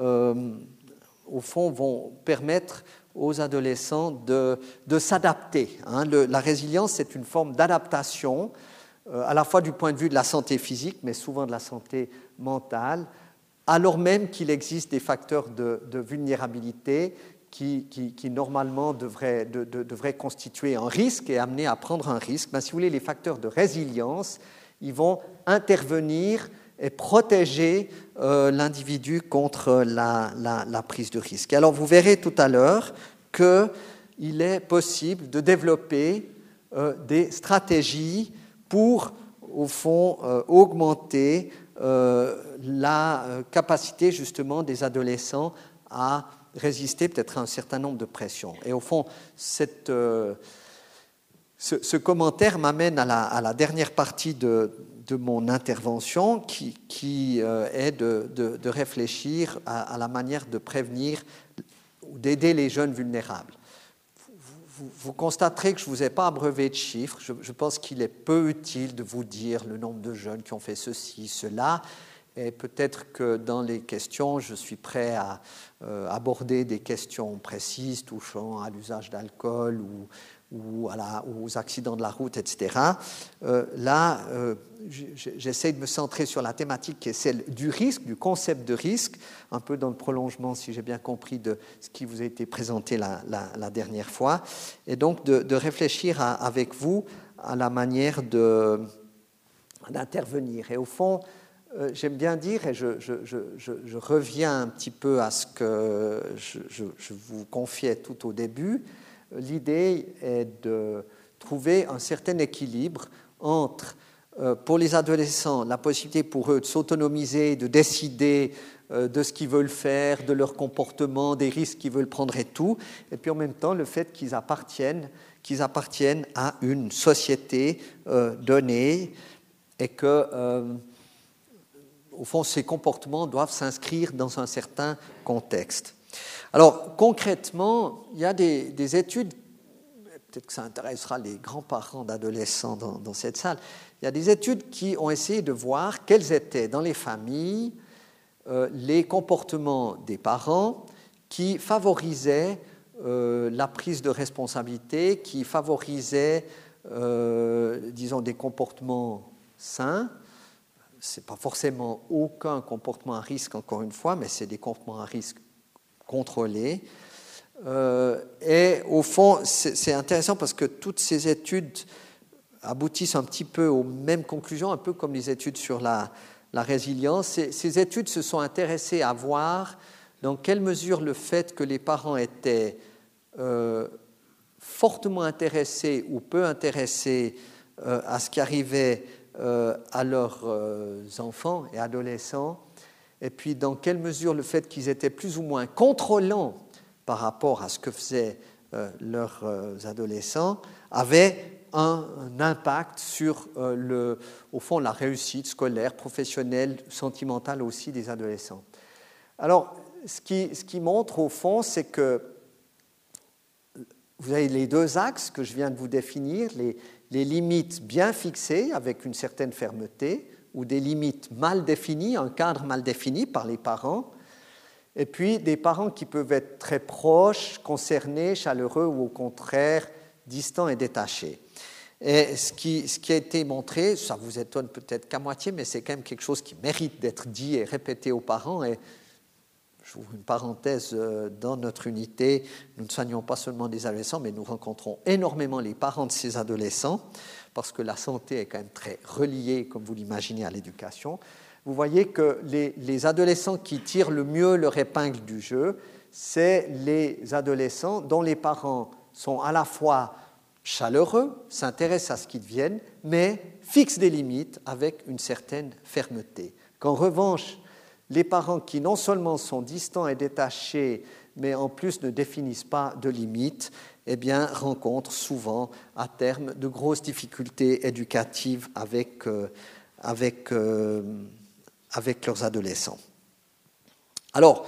au fond, vont permettre aux adolescents de s'adapter. Hein. La résilience, c'est une forme d'adaptation, à la fois du point de vue de la santé physique, mais souvent de la santé mentale, alors même qu'il existe des facteurs de vulnérabilité qui normalement devraient constituer un risque et amener à prendre un risque. Mais si vous voulez, les facteurs de résilience, ils vont intervenir et protéger l'individu contre la prise de risque. Alors vous verrez tout à l'heure qu'il est possible de développer des stratégies pour, au fond, augmenter la capacité justement des adolescents à résister peut-être à un certain nombre de pressions. Et au fond, ce commentaire m'amène à la dernière partie de mon intervention qui est de réfléchir à la manière de prévenir ou d'aider les jeunes vulnérables. Vous constaterez que je ne vous ai pas abreuvé de chiffres. Je pense qu'il est peu utile de vous dire le nombre de jeunes qui ont fait ceci, cela. Et peut-être que dans les questions, je suis prêt à aborder des questions précises touchant à l'usage d'alcool ou aux accidents de la route, etc. J'essaie de me centrer sur la thématique qui est celle du risque, du concept de risque, un peu dans le prolongement, si j'ai bien compris, de ce qui vous a été présenté la dernière fois, et donc de réfléchir avec vous à la manière d'intervenir. Et au fond, j'aime bien dire, et je reviens un petit peu à ce que je vous confiais tout au début, l'idée est de trouver un certain équilibre entre, pour les adolescents, la possibilité pour eux de s'autonomiser, de décider de ce qu'ils veulent faire, de leur comportement, des risques qu'ils veulent prendre et tout, et puis en même temps le fait qu'ils appartiennent à une société donnée et que au fond, ces comportements doivent s'inscrire dans un certain contexte. Alors, concrètement, il y a des études, peut-être que ça intéressera les grands-parents d'adolescents dans cette salle, il y a des études qui ont essayé de voir quels étaient dans les familles les comportements des parents qui favorisaient la prise de responsabilité, qui favorisaient, disons, des comportements sains. Ce n'est pas forcément aucun comportement à risque, encore une fois, mais c'est des comportements à risque contrôlés. Et au fond, c'est intéressant parce que toutes ces études aboutissent un petit peu aux mêmes conclusions, un peu comme les études sur la résilience. Ces études se sont intéressées à voir dans quelle mesure le fait que les parents étaient fortement intéressés ou peu intéressés à ce qui arrivait à leurs enfants et adolescents et puis dans quelle mesure le fait qu'ils étaient plus ou moins contrôlants par rapport à ce que faisaient leurs adolescents avait un impact sur, au fond, la réussite scolaire, professionnelle, sentimentale aussi des adolescents. Alors, ce qui montre, au fond, c'est que vous avez les deux axes que je viens de vous définir, les limites bien fixées avec une certaine fermeté, ou des limites mal définies, un cadre mal défini par les parents, et puis des parents qui peuvent être très proches, concernés, chaleureux, ou au contraire, distants et détachés. Et ce qui a été montré, ça vous étonne peut-être qu'à moitié, mais c'est quand même quelque chose qui mérite d'être dit et répété aux parents. Et j'ouvre une parenthèse, dans notre unité, nous ne soignons pas seulement des adolescents, mais nous rencontrons énormément les parents de ces adolescents, parce que la santé est quand même très reliée, comme vous l'imaginez, à l'éducation. Vous voyez que les adolescents qui tirent le mieux leur épingle du jeu, c'est les adolescents dont les parents sont à la fois chaleureux, s'intéressent à ce qu'ils deviennent, mais fixent des limites avec une certaine fermeté. Qu'en revanche, les parents qui non seulement sont distants et détachés, mais en plus ne définissent pas de limites, eh bien, rencontrent souvent à terme de grosses difficultés éducatives avec leurs adolescents. Alors,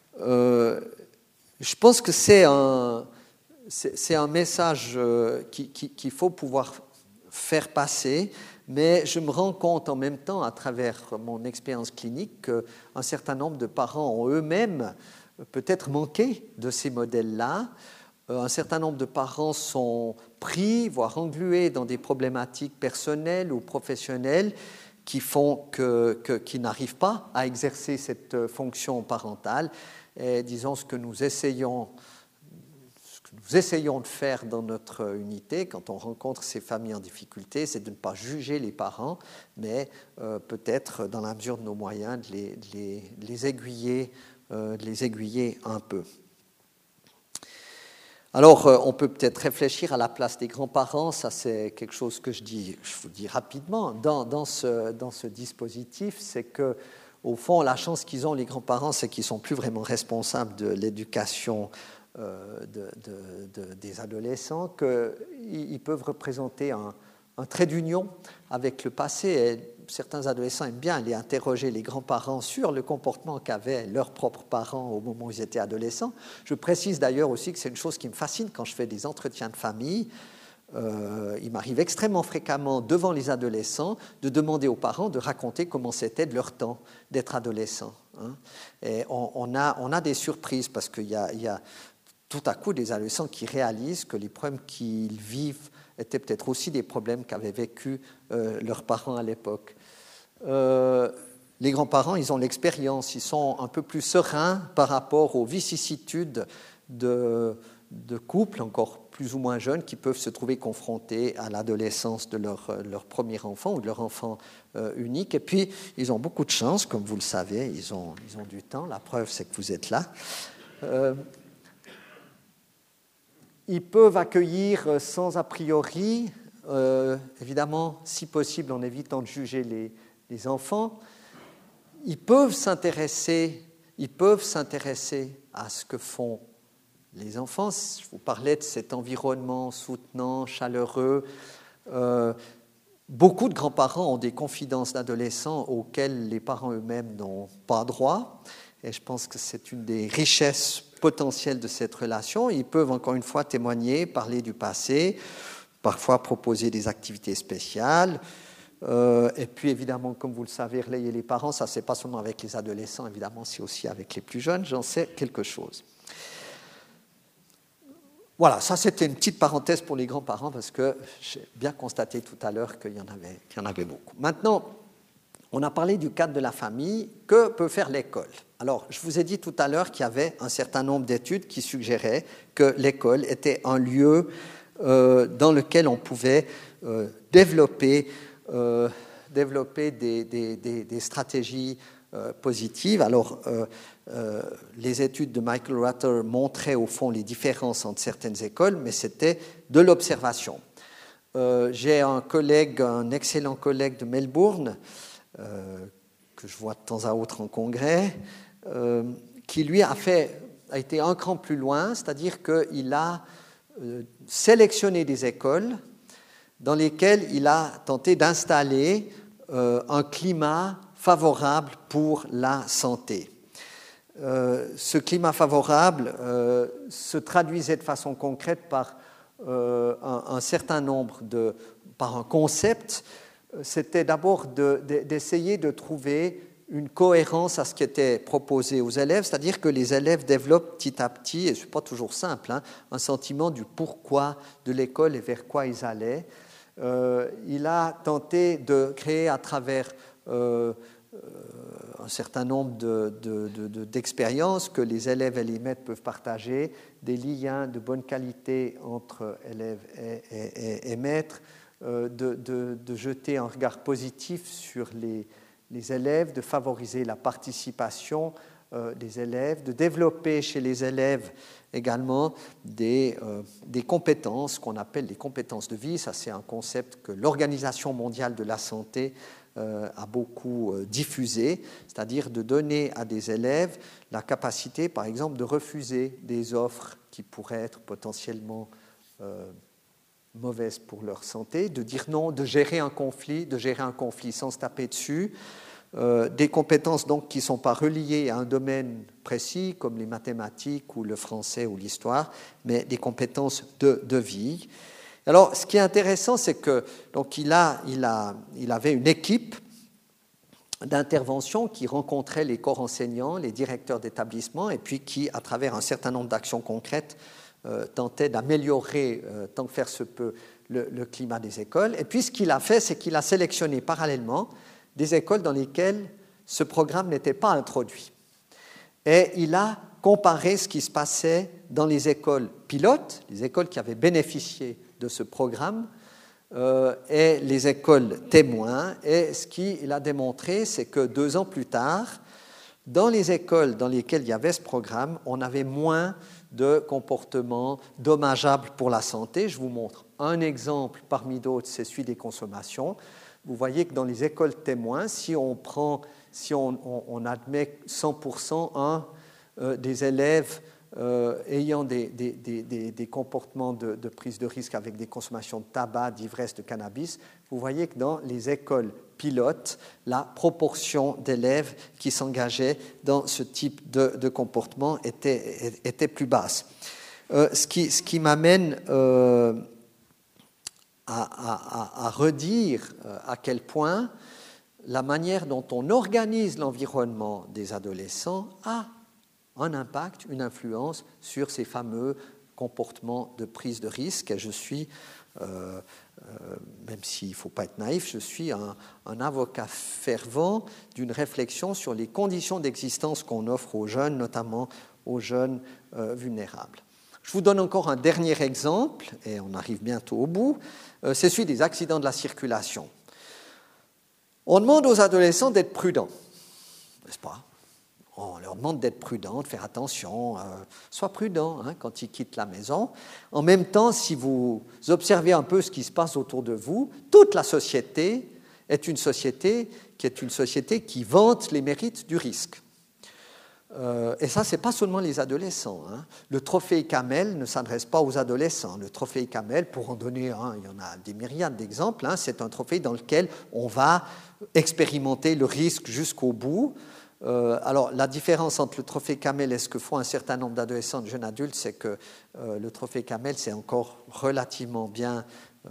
je pense que c'est un message qu'il faut pouvoir faire passer, mais je me rends compte en même temps, à travers mon expérience clinique, qu'un certain nombre de parents ont eux-mêmes peut-être manqué de ces modèles-là. Un certain nombre de parents sont pris, voire englués dans des problématiques personnelles ou professionnelles qui font qu'ils n'arrivent pas à exercer cette fonction parentale. Et disons, ce que nous essayons de faire dans notre unité, quand on rencontre ces familles en difficulté, c'est de ne pas juger les parents, mais peut-être, dans la mesure de nos moyens, de les aiguiller un peu. Alors, on peut peut-être réfléchir à la place des grands-parents, ça c'est quelque chose que je vous dis rapidement, dans ce dispositif, c'est que, au fond, la chance qu'ils ont, les grands-parents, c'est qu'ils ne sont plus vraiment responsables de l'éducation des adolescents, qu'ils peuvent représenter un trait d'union avec le passé. Et certains adolescents aiment bien aller interroger les grands-parents sur le comportement qu'avaient leurs propres parents au moment où ils étaient adolescents. Je précise d'ailleurs aussi que c'est une chose qui me fascine quand je fais des entretiens de famille. Il m'arrive extrêmement fréquemment, devant les adolescents, de demander aux parents de raconter comment c'était de leur temps d'être adolescent. Et on a des surprises parce qu'il y a tout à coup des adolescents qui réalisent que les problèmes qu'ils vivent étaient peut-être aussi des problèmes qu'avaient vécu leurs parents à l'époque. Les grands-parents, ils ont l'expérience, ils sont un peu plus sereins par rapport aux vicissitudes de couples encore plus ou moins jeunes qui peuvent se trouver confrontés à l'adolescence de leur premier enfant ou de leur enfant unique. Et puis, ils ont beaucoup de chance, comme vous le savez, ils ont du temps. La preuve, c'est que vous êtes là. Ils peuvent accueillir sans a priori, évidemment, si possible, en évitant de juger les enfants. Ils peuvent s'intéresser à ce que font les enfants. Je vous parlais de cet environnement soutenant, chaleureux. Beaucoup de grands-parents ont des confidences d'adolescents auxquelles les parents eux-mêmes n'ont pas droit. Et je pense que c'est une des richesses potentielles de cette relation. Ils peuvent encore une fois témoigner, parler du passé, parfois proposer des activités spéciales. Et puis évidemment, comme vous le savez, relayer les parents, ça c'est pas seulement avec les adolescents, évidemment, c'est aussi avec les plus jeunes, j'en sais quelque chose. Voilà, ça c'était une petite parenthèse pour les grands-parents parce que j'ai bien constaté tout à l'heure qu'il y en avait beaucoup. Maintenant, on a parlé du cadre de la famille. Que peut faire l'école ? Alors, je vous ai dit tout à l'heure qu'il y avait un certain nombre d'études qui suggéraient que l'école était un lieu dans lequel on pouvait développer des stratégies positives. Alors, les études de Michael Rutter montraient au fond les différences entre certaines écoles, mais c'était de l'observation. J'ai un excellent collègue de Melbourne, que je vois de temps à autre en congrès, qui lui a été un cran plus loin, c'est-à-dire qu'il a sélectionné des écoles dans lesquelles il a tenté d'installer un climat favorable pour la santé. Ce climat favorable se traduisait de façon concrète par un certain nombre par un concept. C'était d'abord d'essayer de trouver une cohérence à ce qui était proposé aux élèves, c'est-à-dire que les élèves développent petit à petit, et ce n'est pas toujours simple, un sentiment du pourquoi de l'école et vers quoi ils allaient. Il a tenté de créer à travers un certain nombre d'expériences que les élèves et les maîtres peuvent partager, des liens de bonne qualité entre élèves et maîtres, de jeter un regard positif sur les élèves, de favoriser la participation des élèves, de développer chez les élèves également des compétences qu'on appelle les compétences de vie. Ça, c'est un concept que l'Organisation mondiale de la santé a beaucoup diffusé, c'est-à-dire de donner à des élèves la capacité, par exemple, de refuser des offres qui pourraient être potentiellement mauvaises pour leur santé, de dire non, de gérer un conflit sans se taper dessus, des compétences donc qui ne sont pas reliées à un domaine précis comme les mathématiques ou le français ou l'histoire, mais des compétences de vie. Alors, ce qui est intéressant, c'est que donc il avait une équipe d'intervention qui rencontrait les corps enseignants, les directeurs d'établissement, et puis qui, à travers un certain nombre d'actions concrètes, tentait d'améliorer, tant que faire se peut, le climat des écoles. Et puis, ce qu'il a fait, c'est qu'il a sélectionné parallèlement des écoles dans lesquelles ce programme n'était pas introduit. Et il a comparé ce qui se passait dans les écoles pilotes, les écoles qui avaient bénéficié de ce programme, et les écoles témoins. Et ce qu'il a démontré, c'est que 2 ans plus tard, dans les écoles dans lesquelles il y avait ce programme, on avait moins de comportements dommageables pour la santé. Je vous montre un exemple parmi d'autres, c'est celui des consommations. Vous voyez que dans les écoles témoins, si on admet 100% des élèves ayant des comportements de prise de risque avec des consommations de tabac, d'ivresse, de cannabis, vous voyez que dans les écoles pilotes, la proportion d'élèves qui s'engageaient dans ce type de comportement était plus basse. Ce qui m'amène à redire à quel point la manière dont on organise l'environnement des adolescents a un impact, une influence sur ces fameux comportements de prise de risque. Et je suis, même s'il ne faut pas être naïf, je suis un avocat fervent d'une réflexion sur les conditions d'existence qu'on offre aux jeunes, notamment aux jeunes vulnérables. Je vous donne encore un dernier exemple, et on arrive bientôt au bout, c'est celui des accidents de la circulation. On demande aux adolescents d'être prudents, n'est-ce pas ? On leur demande d'être prudents, de faire attention, sois prudent quand ils quittent la maison. En même temps, si vous observez un peu ce qui se passe autour de vous, toute la société est une société qui vante les mérites du risque. Et ça, ce n'est pas seulement les adolescents. Le trophée Camel ne s'adresse pas aux adolescents. Le trophée Camel, pour en donner il y en a des myriades d'exemples, c'est un trophée dans lequel on va expérimenter le risque jusqu'au bout. Alors, la différence entre le trophée Camel et ce que font un certain nombre d'adolescents et de jeunes adultes, c'est que le trophée Camel, c'est encore relativement bien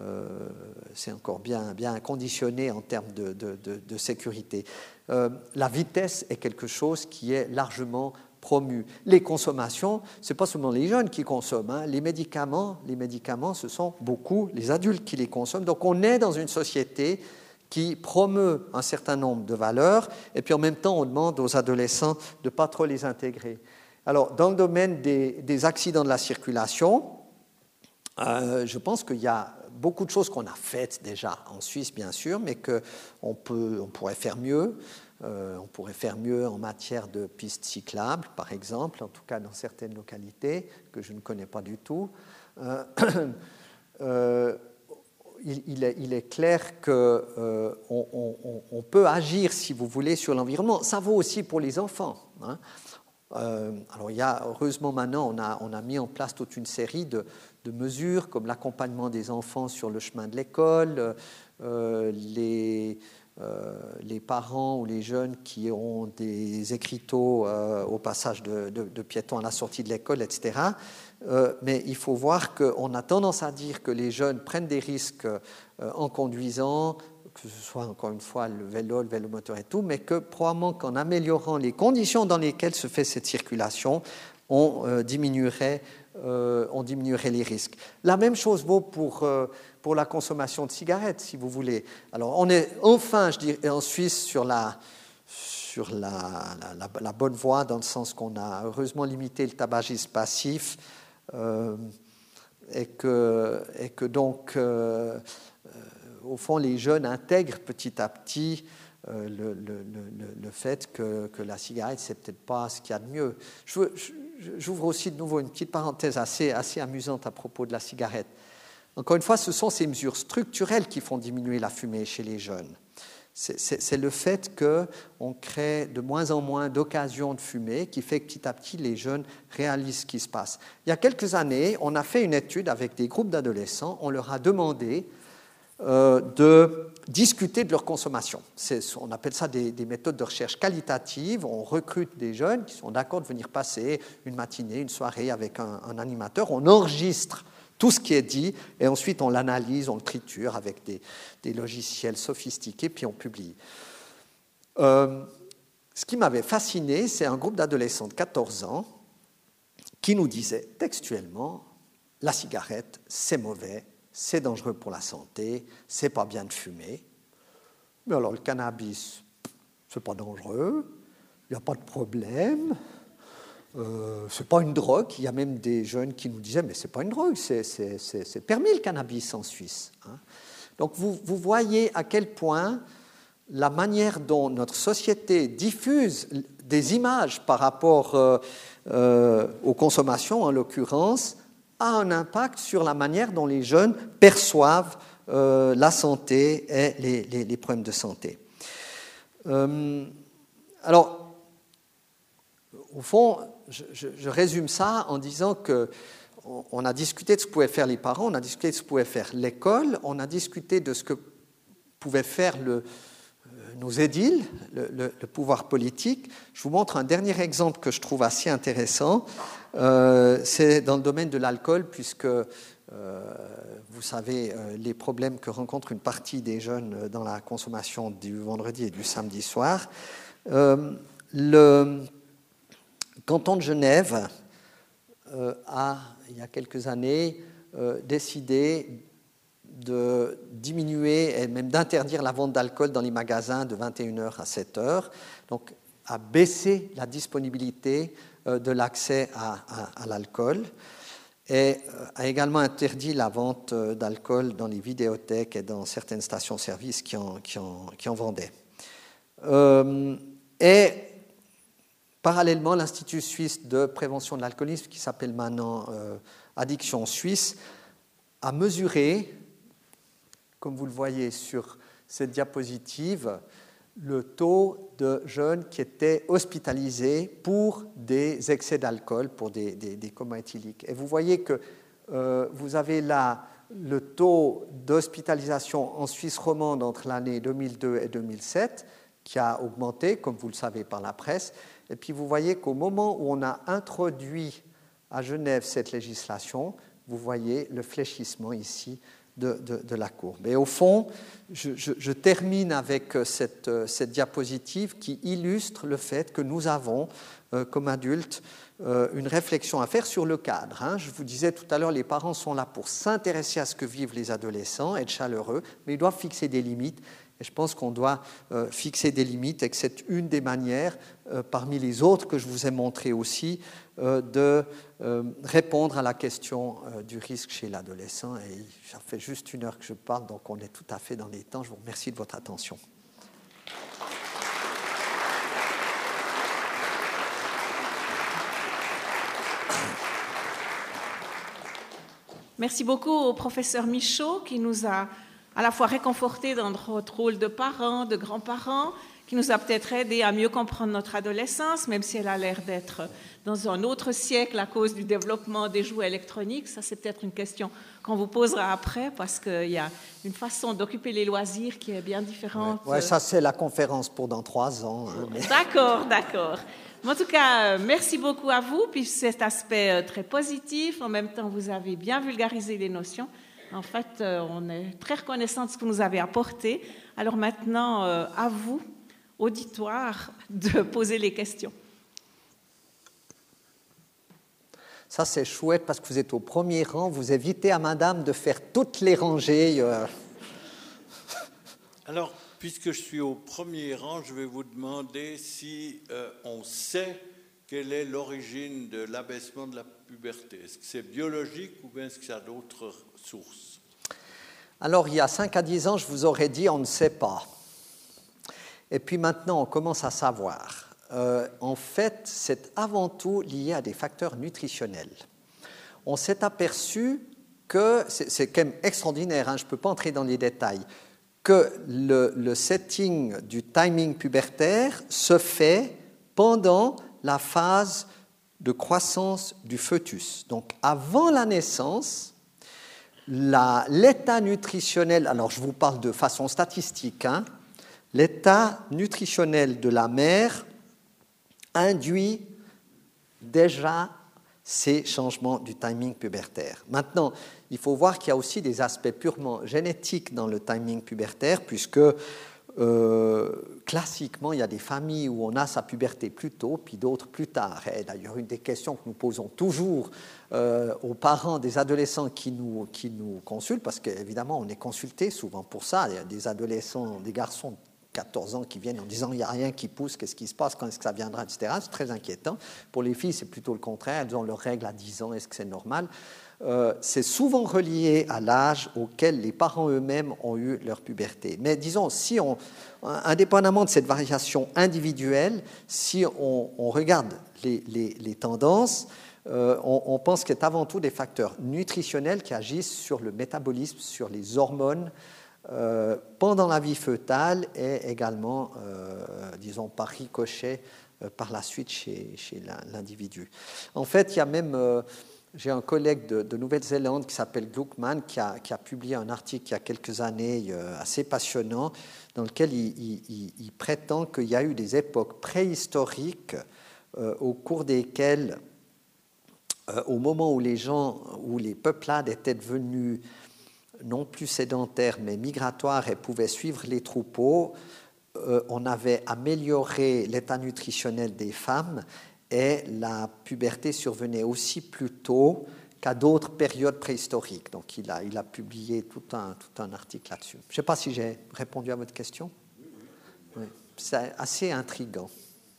conditionné en termes de sécurité. La vitesse est quelque chose qui est largement promu. Les consommations, ce n'est pas seulement les jeunes qui consomment. Les médicaments, ce sont beaucoup les adultes qui les consomment. Donc, on est dans une société qui promeut un certain nombre de valeurs, et puis en même temps, on demande aux adolescents de ne pas trop les intégrer. Alors, dans le domaine des accidents de la circulation, je pense qu'il y a beaucoup de choses qu'on a faites déjà en Suisse, bien sûr, mais qu'on pourrait faire mieux. On pourrait faire mieux en matière de pistes cyclables, par exemple, en tout cas dans certaines localités que je ne connais pas du tout. il est clair qu'on peut agir, si vous voulez, sur l'environnement. Ça vaut aussi pour les enfants. Hein. Alors, heureusement, maintenant, on a mis en place toute une série de mesures, comme l'accompagnement des enfants sur le chemin de l'école, les parents ou les jeunes qui ont des écriteaux au passage de piétons à la sortie de l'école, etc. Mais il faut voir qu'on a tendance à dire que les jeunes prennent des risques en conduisant, que ce soit encore une fois le vélomoteur et tout, mais que probablement qu'en améliorant les conditions dans lesquelles se fait cette circulation, on diminuerait les risques. La même chose vaut pour la consommation de cigarettes, si vous voulez. Alors, on est enfin, je dirais, en Suisse sur la bonne voie, dans le sens qu'on a heureusement limité le tabagisme passif et que donc, au fond, les jeunes intègrent petit à petit le fait que la cigarette, c'est peut-être pas ce qu'il y a de mieux. J'ouvre aussi de nouveau une petite parenthèse assez amusante à propos de la cigarette. Encore une fois, ce sont ces mesures structurelles qui font diminuer la fumée chez les jeunes. C'est le fait qu'on crée de moins en moins d'occasions de fumer qui fait que petit à petit, les jeunes réalisent ce qui se passe. Il y a quelques années, on a fait une étude avec des groupes d'adolescents. On leur a demandé de discuter de leur consommation. On appelle ça des méthodes de recherche qualitative. On recrute des jeunes qui sont d'accord de venir passer une matinée, une soirée avec un animateur. On enregistre tout ce qui est dit et ensuite on l'analyse, on le triture avec des logiciels sophistiqués, puis on publie. Ce qui m'avait fasciné, c'est un groupe d'adolescents de 14 ans qui nous disait textuellement « La cigarette, c'est mauvais, c'est dangereux pour la santé, c'est pas bien de fumer. Mais alors le cannabis, c'est pas dangereux, il n'y a pas de problème, c'est pas une drogue. » Il y a même des jeunes qui nous disaient « Mais c'est pas une drogue, c'est permis le cannabis en Suisse. Hein. » Donc vous voyez à quel point la manière dont notre société diffuse des images par rapport aux consommations, en l'occurrence, a un impact sur la manière dont les jeunes perçoivent la santé et les problèmes de santé. Alors, au fond, je résume ça en disant qu'on a discuté de ce que pouvaient faire les parents, on a discuté de ce que pouvait faire l'école, on a discuté de ce que pouvait faire nos édiles, le pouvoir politique. Je vous montre un dernier exemple que je trouve assez intéressant. C'est dans le domaine de l'alcool, puisque vous savez les problèmes que rencontre une partie des jeunes dans la consommation du vendredi et du samedi soir. Le canton de Genève a, il y a quelques années, décidé de diminuer et même d'interdire la vente d'alcool dans les magasins de 21h à 7h, donc à baisser la disponibilité de l'accès à l'alcool, et a également interdit la vente d'alcool dans les vidéothèques et dans certaines stations-service qui en vendaient. Et parallèlement, l'Institut suisse de prévention de l'alcoolisme, qui s'appelle maintenant Addiction Suisse, a mesuré, comme vous le voyez sur cette diapositive, le taux de jeunes qui étaient hospitalisés pour des excès d'alcool, pour des comas éthyliques. Et vous voyez que vous avez là le taux d'hospitalisation en Suisse romande entre l'année 2002 et 2007, qui a augmenté, comme vous le savez par la presse. Et puis vous voyez qu'au moment où on a introduit à Genève cette législation, vous voyez le fléchissement ici de la courbe. Et au fond, je termine avec cette diapositive qui illustre le fait que nous avons, comme adultes, une réflexion à faire sur le cadre. Hein. Je vous disais tout à l'heure, les parents sont là pour s'intéresser à ce que vivent les adolescents, être chaleureux, mais ils doivent fixer des limites. Et je pense qu'on doit fixer des limites et que c'est une des manières, parmi les autres que je vous ai montrées aussi, de répondre à la question du risque chez l'adolescent. Et ça fait juste 1 heure que je parle, donc on est tout à fait dans les temps. Je vous remercie de votre attention. Merci beaucoup au professeur Michaud qui nous a à la fois réconfortés dans notre rôle de parents, de grands-parents, qui nous a peut-être aidé à mieux comprendre notre adolescence, même si elle a l'air d'être dans un autre siècle à cause du développement des jouets électroniques. Ça, c'est peut-être une question qu'on vous posera après, parce qu'il y a une façon d'occuper les loisirs qui est bien différente. Ouais, ça, c'est la conférence pour dans 3 ans. Hein, mais... D'accord. En tout cas, merci beaucoup à vous. Puis cet aspect très positif, en même temps, vous avez bien vulgarisé les notions. En fait, on est très reconnaissant de ce que vous nous avez apporté. Alors maintenant, à vous, auditoire, de poser les questions. Ça, c'est chouette parce que vous êtes au premier rang. Vous évitez à madame de faire toutes les rangées. Alors, puisque je suis au premier rang, je vais vous demander si on sait quelle est l'origine de l'abaissement de la puberté. Est-ce que c'est biologique ou bien est-ce que ça a d'autres sources? Alors, il y a 5 à 10 ans, je vous aurais dit on ne sait pas. Et puis maintenant, on commence à savoir. En fait, c'est avant tout lié à des facteurs nutritionnels. On s'est aperçu que, c'est quand même extraordinaire, hein, je ne peux pas entrer dans les détails, que le setting du timing pubertaire se fait pendant la phase de croissance du fœtus. Donc, avant la naissance, l'état nutritionnel, alors je vous parle de façon statistique, hein, l'état nutritionnel de la mère induit déjà ces changements du timing pubertaire. Maintenant, il faut voir qu'il y a aussi des aspects purement génétiques dans le timing pubertaire, puisque classiquement, il y a des familles où on a sa puberté plus tôt, puis d'autres plus tard. Et d'ailleurs, une des questions que nous posons toujours aux parents des adolescents qui nous consultent, parce qu'évidemment, on est consulté souvent pour ça. Il y a des adolescents, des garçons de 14 ans qui viennent en disant il n'y a rien qui pousse, qu'est-ce qui se passe, quand est-ce que ça viendra, etc. C'est très inquiétant. Pour les filles, c'est plutôt le contraire. Elles ont leurs règles à 10 ans, est-ce que c'est normal? C'est souvent relié à l'âge auquel les parents eux-mêmes ont eu leur puberté. Mais disons, si indépendamment de cette variation individuelle, si on regarde les tendances, on pense qu'il y a avant tout des facteurs nutritionnels qui agissent sur le métabolisme, sur les hormones, pendant la vie fœtale et également, disons, par ricochet par la suite chez l'individu. En fait, il y a même... j'ai un collègue de Nouvelle-Zélande qui s'appelle Gluckman qui a publié un article il y a quelques années assez passionnant dans lequel il prétend qu'il y a eu des époques préhistoriques au cours desquelles, au moment où les peuplades étaient devenus non plus sédentaires mais migratoires et pouvaient suivre les troupeaux, on avait amélioré l'état nutritionnel des femmes et la puberté survenait aussi plus tôt qu'à d'autres périodes préhistoriques. Donc il a publié tout un article là-dessus. Je ne sais pas si j'ai répondu à votre question. Oui. C'est assez intriguant.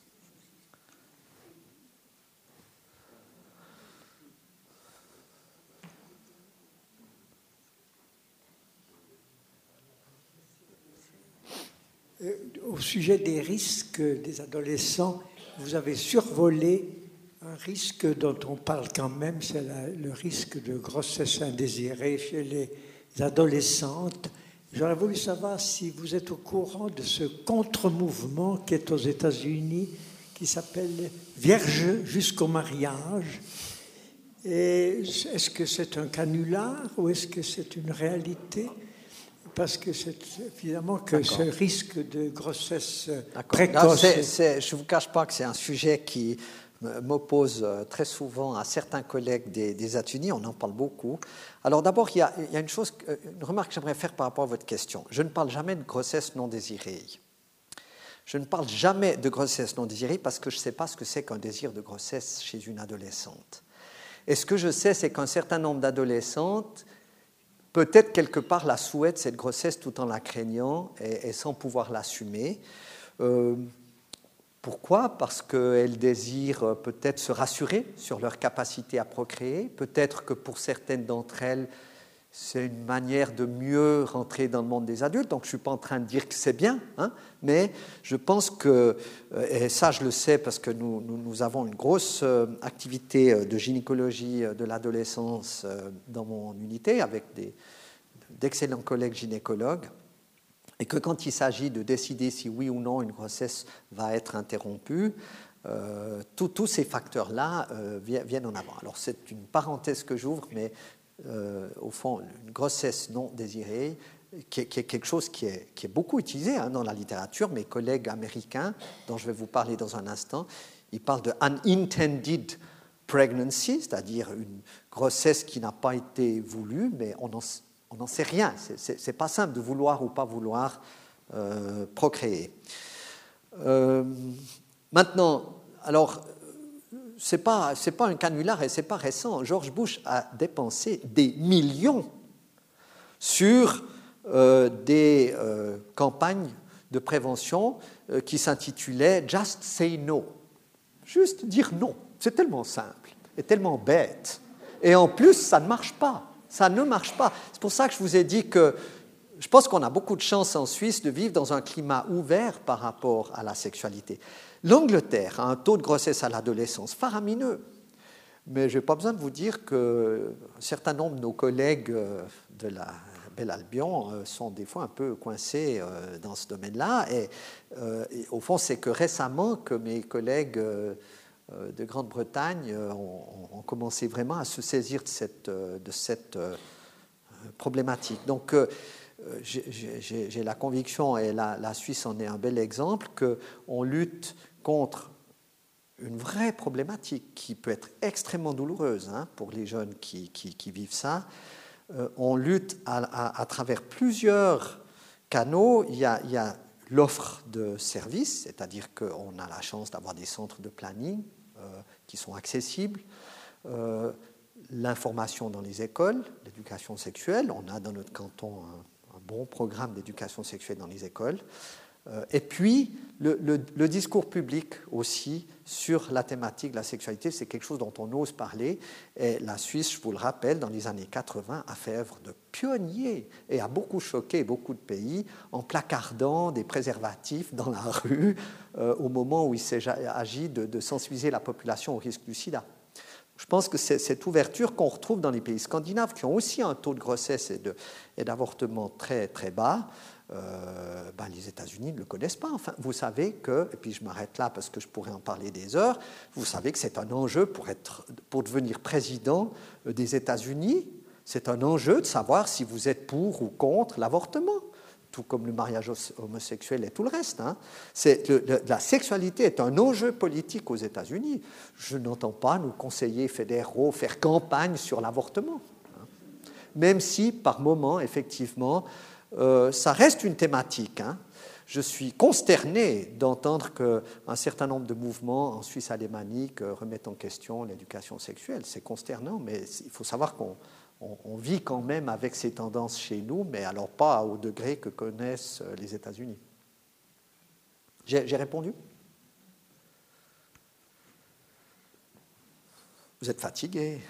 Au sujet des risques des adolescents, vous avez survolé un risque dont on parle quand même, c'est le risque de grossesse indésirée chez les adolescentes. J'aurais voulu savoir si vous êtes au courant de ce contre-mouvement qui est aux États-Unis, qui s'appelle « Vierge jusqu'au mariage ». Et est-ce que c'est un canular ou est-ce que c'est une réalité ? Parce que c'est évidemment que ce risque de grossesse précoce... Je ne vous cache pas que c'est un sujet qui m'oppose très souvent à certains collègues des États-Unis. On en parle beaucoup. Alors d'abord, il y a une remarque que j'aimerais faire par rapport à votre question. Je ne parle jamais de grossesse non désirée. Je ne parle jamais de grossesse non désirée parce que je ne sais pas ce que c'est qu'un désir de grossesse chez une adolescente. Et ce que je sais, c'est qu'un certain nombre d'adolescentes, peut-être quelque part, la souhaitent, cette grossesse, tout en la craignant et sans pouvoir l'assumer. Pourquoi ? Parce qu'elles désirent peut-être se rassurer sur leur capacité à procréer. Peut-être que pour certaines d'entre elles, c'est une manière de mieux rentrer dans le monde des adultes. Donc, je ne suis pas en train de dire que c'est bien, hein, mais je pense que, et ça je le sais parce que nous avons une grosse activité de gynécologie de l'adolescence dans mon unité avec d'excellents collègues gynécologues, et que quand il s'agit de décider si oui ou non une grossesse va être interrompue, tous ces facteurs-là viennent en avant. Alors c'est une parenthèse que j'ouvre, mais au fond, une grossesse non désirée, qui est quelque chose qui est beaucoup utilisé dans la littérature. Mes collègues américains, dont je vais vous parler dans un instant, ils parlent de unintended pregnancy, c'est-à-dire une grossesse qui n'a pas été voulue, mais on n'en sait rien. C'est pas simple de vouloir ou pas vouloir procréer. Maintenant, alors, c'est pas un canular et c'est pas récent. George Bush a dépensé des millions sur des campagnes de prévention qui s'intitulaient Just Say No. Juste dire non. C'est tellement simple et tellement bête. Et en plus, ça ne marche pas. Ça ne marche pas. C'est pour ça que je vous ai dit que je pense qu'on a beaucoup de chance en Suisse de vivre dans un climat ouvert par rapport à la sexualité. L'Angleterre a un taux de grossesse à l'adolescence faramineux. Mais je n'ai pas besoin de vous dire qu'un certain nombre de nos collègues de la Belle Albion sont des fois un peu coincés dans ce domaine-là. Et au fond, c'est que récemment que mes collègues de Grande-Bretagne ont commencé vraiment à se saisir de cette problématique. Donc, j'ai la conviction, et la Suisse en est un bel exemple, qu'on lutte contre une vraie problématique qui peut être extrêmement douloureuse pour les jeunes qui vivent ça. On lutte à travers plusieurs canaux. Il y a l'offre de services, c'est-à-dire qu'on a la chance d'avoir des centres de planning qui sont accessibles, l'information dans les écoles, l'éducation sexuelle. On a dans notre canton un bon programme d'éducation sexuelle dans les écoles. Et puis, le discours public aussi sur la thématique de la sexualité, c'est quelque chose dont on ose parler. Et la Suisse, je vous le rappelle, dans les années 80, a fait œuvre de pionnier et a beaucoup choqué beaucoup de pays en placardant des préservatifs dans la rue au moment où il s'agit de sensibiliser la population au risque du sida. Je pense que c'est cette ouverture qu'on retrouve dans les pays scandinaves qui ont aussi un taux de grossesse et d'avortement très, très bas. Les États-Unis ne le connaissent pas. Enfin, vous savez que, et puis je m'arrête là parce que je pourrais en parler des heures, vous savez que c'est un enjeu pour devenir président des États-Unis. C'est un enjeu de savoir si vous êtes pour ou contre l'avortement, tout comme le mariage homosexuel et tout le reste. La sexualité est un enjeu politique aux États-Unis. Je n'entends pas nos conseillers fédéraux faire campagne sur l'avortement, même si, par moment, effectivement, ça reste une thématique. Je suis consterné d'entendre qu'un certain nombre de mouvements en Suisse alémanique remettent en question l'éducation sexuelle. C'est consternant, mais il faut savoir qu'on vit quand même avec ces tendances chez nous, mais alors pas au degré que connaissent les États-Unis. J'ai répondu? Vous êtes fatigué?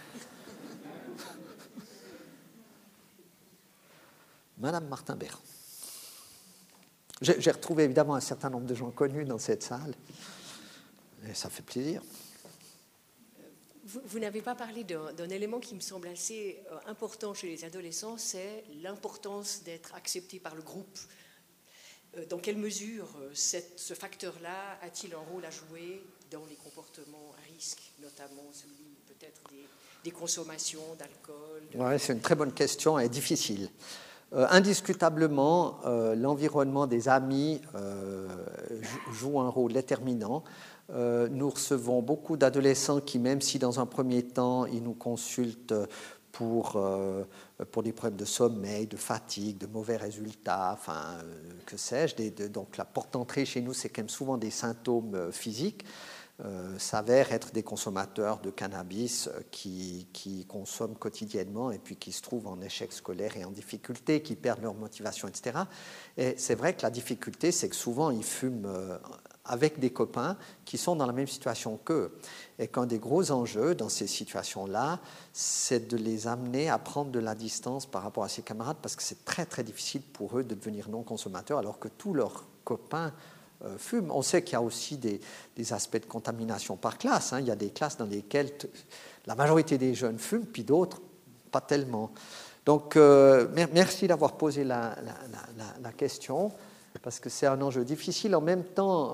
Madame Martin-Bert. J'ai retrouvé évidemment un certain nombre de gens connus dans cette salle, et ça fait plaisir. Vous n'avez pas parlé d'un élément qui me semble assez important chez les adolescents, c'est l'importance d'être accepté par le groupe. Dans quelle mesure ce facteur-là a-t-il un rôle à jouer dans les comportements à risque, notamment celui peut-être des consommations d'alcool? Oui, c'est une très bonne question et difficile. Indiscutablement, l'environnement des amis joue un rôle déterminant. Nous recevons beaucoup d'adolescents qui, même si dans un premier temps, ils nous consultent pour des problèmes de sommeil, de fatigue, de mauvais résultats, que sais-je. Donc la porte d'entrée chez nous, c'est quand même souvent des symptômes physiques. S'avèrent être des consommateurs de cannabis qui consomment quotidiennement et puis qui se trouvent en échec scolaire et en difficulté, qui perdent leur motivation, etc. Et c'est vrai que la difficulté, c'est que souvent, ils fument avec des copains qui sont dans la même situation qu'eux. Et qu'un des gros enjeux dans ces situations-là, c'est de les amener à prendre de la distance par rapport à ses camarades parce que c'est très, très difficile pour eux de devenir non-consommateurs alors que tous leurs copains fument. On sait qu'il y a aussi des aspects de contamination par classe. Il y a des classes dans lesquelles la majorité des jeunes fument, puis d'autres, pas tellement. Donc, merci d'avoir posé la question, parce que c'est un enjeu difficile. En même temps,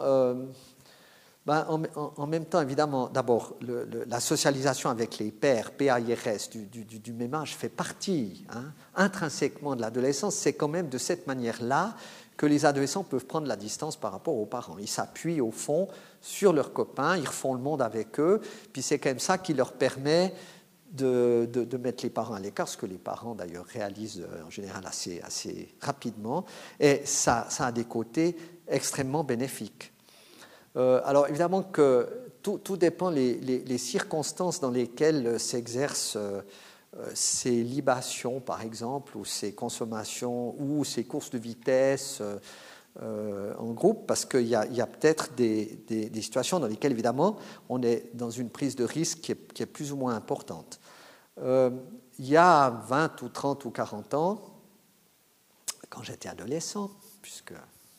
en même temps, évidemment, d'abord, la socialisation avec les pairs, PAIRS, du même âge, fait partie intrinsèquement de l'adolescence. C'est quand même de cette manière-là que les adolescents peuvent prendre la distance par rapport aux parents. Ils s'appuient, au fond, sur leurs copains, ils refont le monde avec eux, puis c'est quand même ça qui leur permet de mettre les parents à l'écart, ce que les parents d'ailleurs réalisent en général assez rapidement, et ça a des côtés extrêmement bénéfiques. Alors évidemment que tout dépend les circonstances dans lesquelles s'exercent ces libations, par exemple, ou ces consommations, ou ces courses de vitesse en groupe, parce qu'il y a peut-être des situations dans lesquelles, évidemment, on est dans une prise de risque qui est plus ou moins importante. Il y a 20 ou 30 ou 40 ans, quand j'étais adolescent, puisque...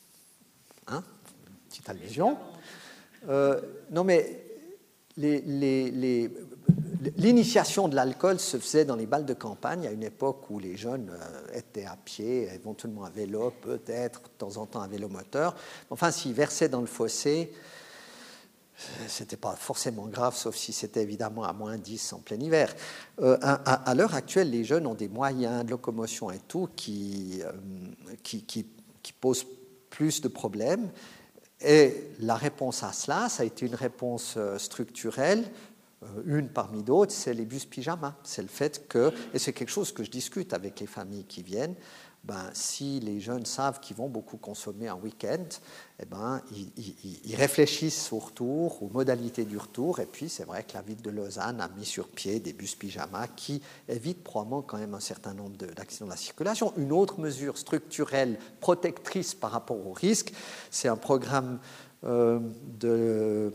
petite allusion. Non, mais l'initiation de l'alcool se faisait dans les bals de campagne à une époque où les jeunes étaient à pied, éventuellement à vélo, peut-être, de temps en temps à vélomoteur. Enfin, s'ils versaient dans le fossé, ce n'était pas forcément grave, sauf si c'était évidemment à moins 10 en plein hiver. À l'heure actuelle, les jeunes ont des moyens de locomotion et tout qui posent plus de problèmes. Et la réponse à cela, ça a été une réponse structurelle, une parmi d'autres, c'est les bus pyjama. C'est le fait que, et c'est quelque chose que je discute avec les familles qui viennent, si les jeunes savent qu'ils vont beaucoup consommer un week-end, ils réfléchissent au retour, aux modalités du retour, et puis c'est vrai que la ville de Lausanne a mis sur pied des bus pyjama qui évitent probablement quand même un certain nombre d'accidents de la circulation. Une autre mesure structurelle protectrice par rapport au risque, c'est un programme de,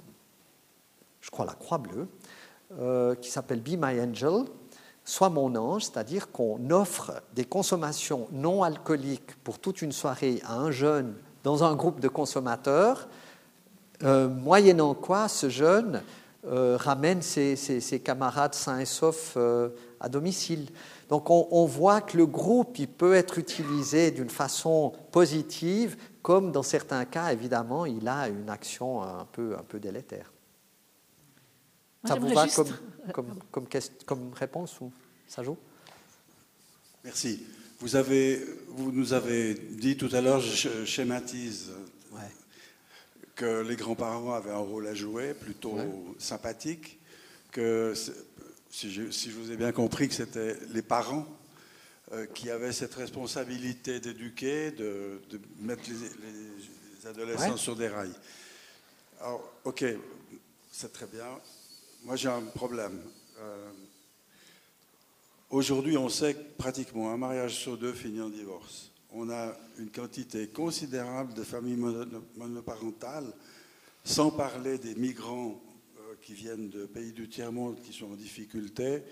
je crois, la Croix-Bleue, qui s'appelle Be My Angel, Sois mon ange, c'est-à-dire qu'on offre des consommations non alcooliques pour toute une soirée à un jeune dans un groupe de consommateurs, moyennant quoi ce jeune ramène ses camarades sains et saufs à domicile. Donc on voit que le groupe il peut être utilisé d'une façon positive, comme dans certains cas, évidemment, il a une action un peu délétère. Ça vous va comme réponse ou ça joue? Merci. Vous nous avez dit tout à l'heure, je schématise, que les grands-parents avaient un rôle à jouer, plutôt sympathique, que si je vous ai bien compris, que c'était les parents qui avaient cette responsabilité d'éduquer, de mettre les adolescents sur des rails. Alors, ok, c'est très bien. Moi, j'ai un problème. Aujourd'hui, on sait que pratiquement un mariage sur deux finit en divorce. On a une quantité considérable de familles monoparentales, sans parler des migrants qui viennent de pays du tiers-monde qui sont en difficulté.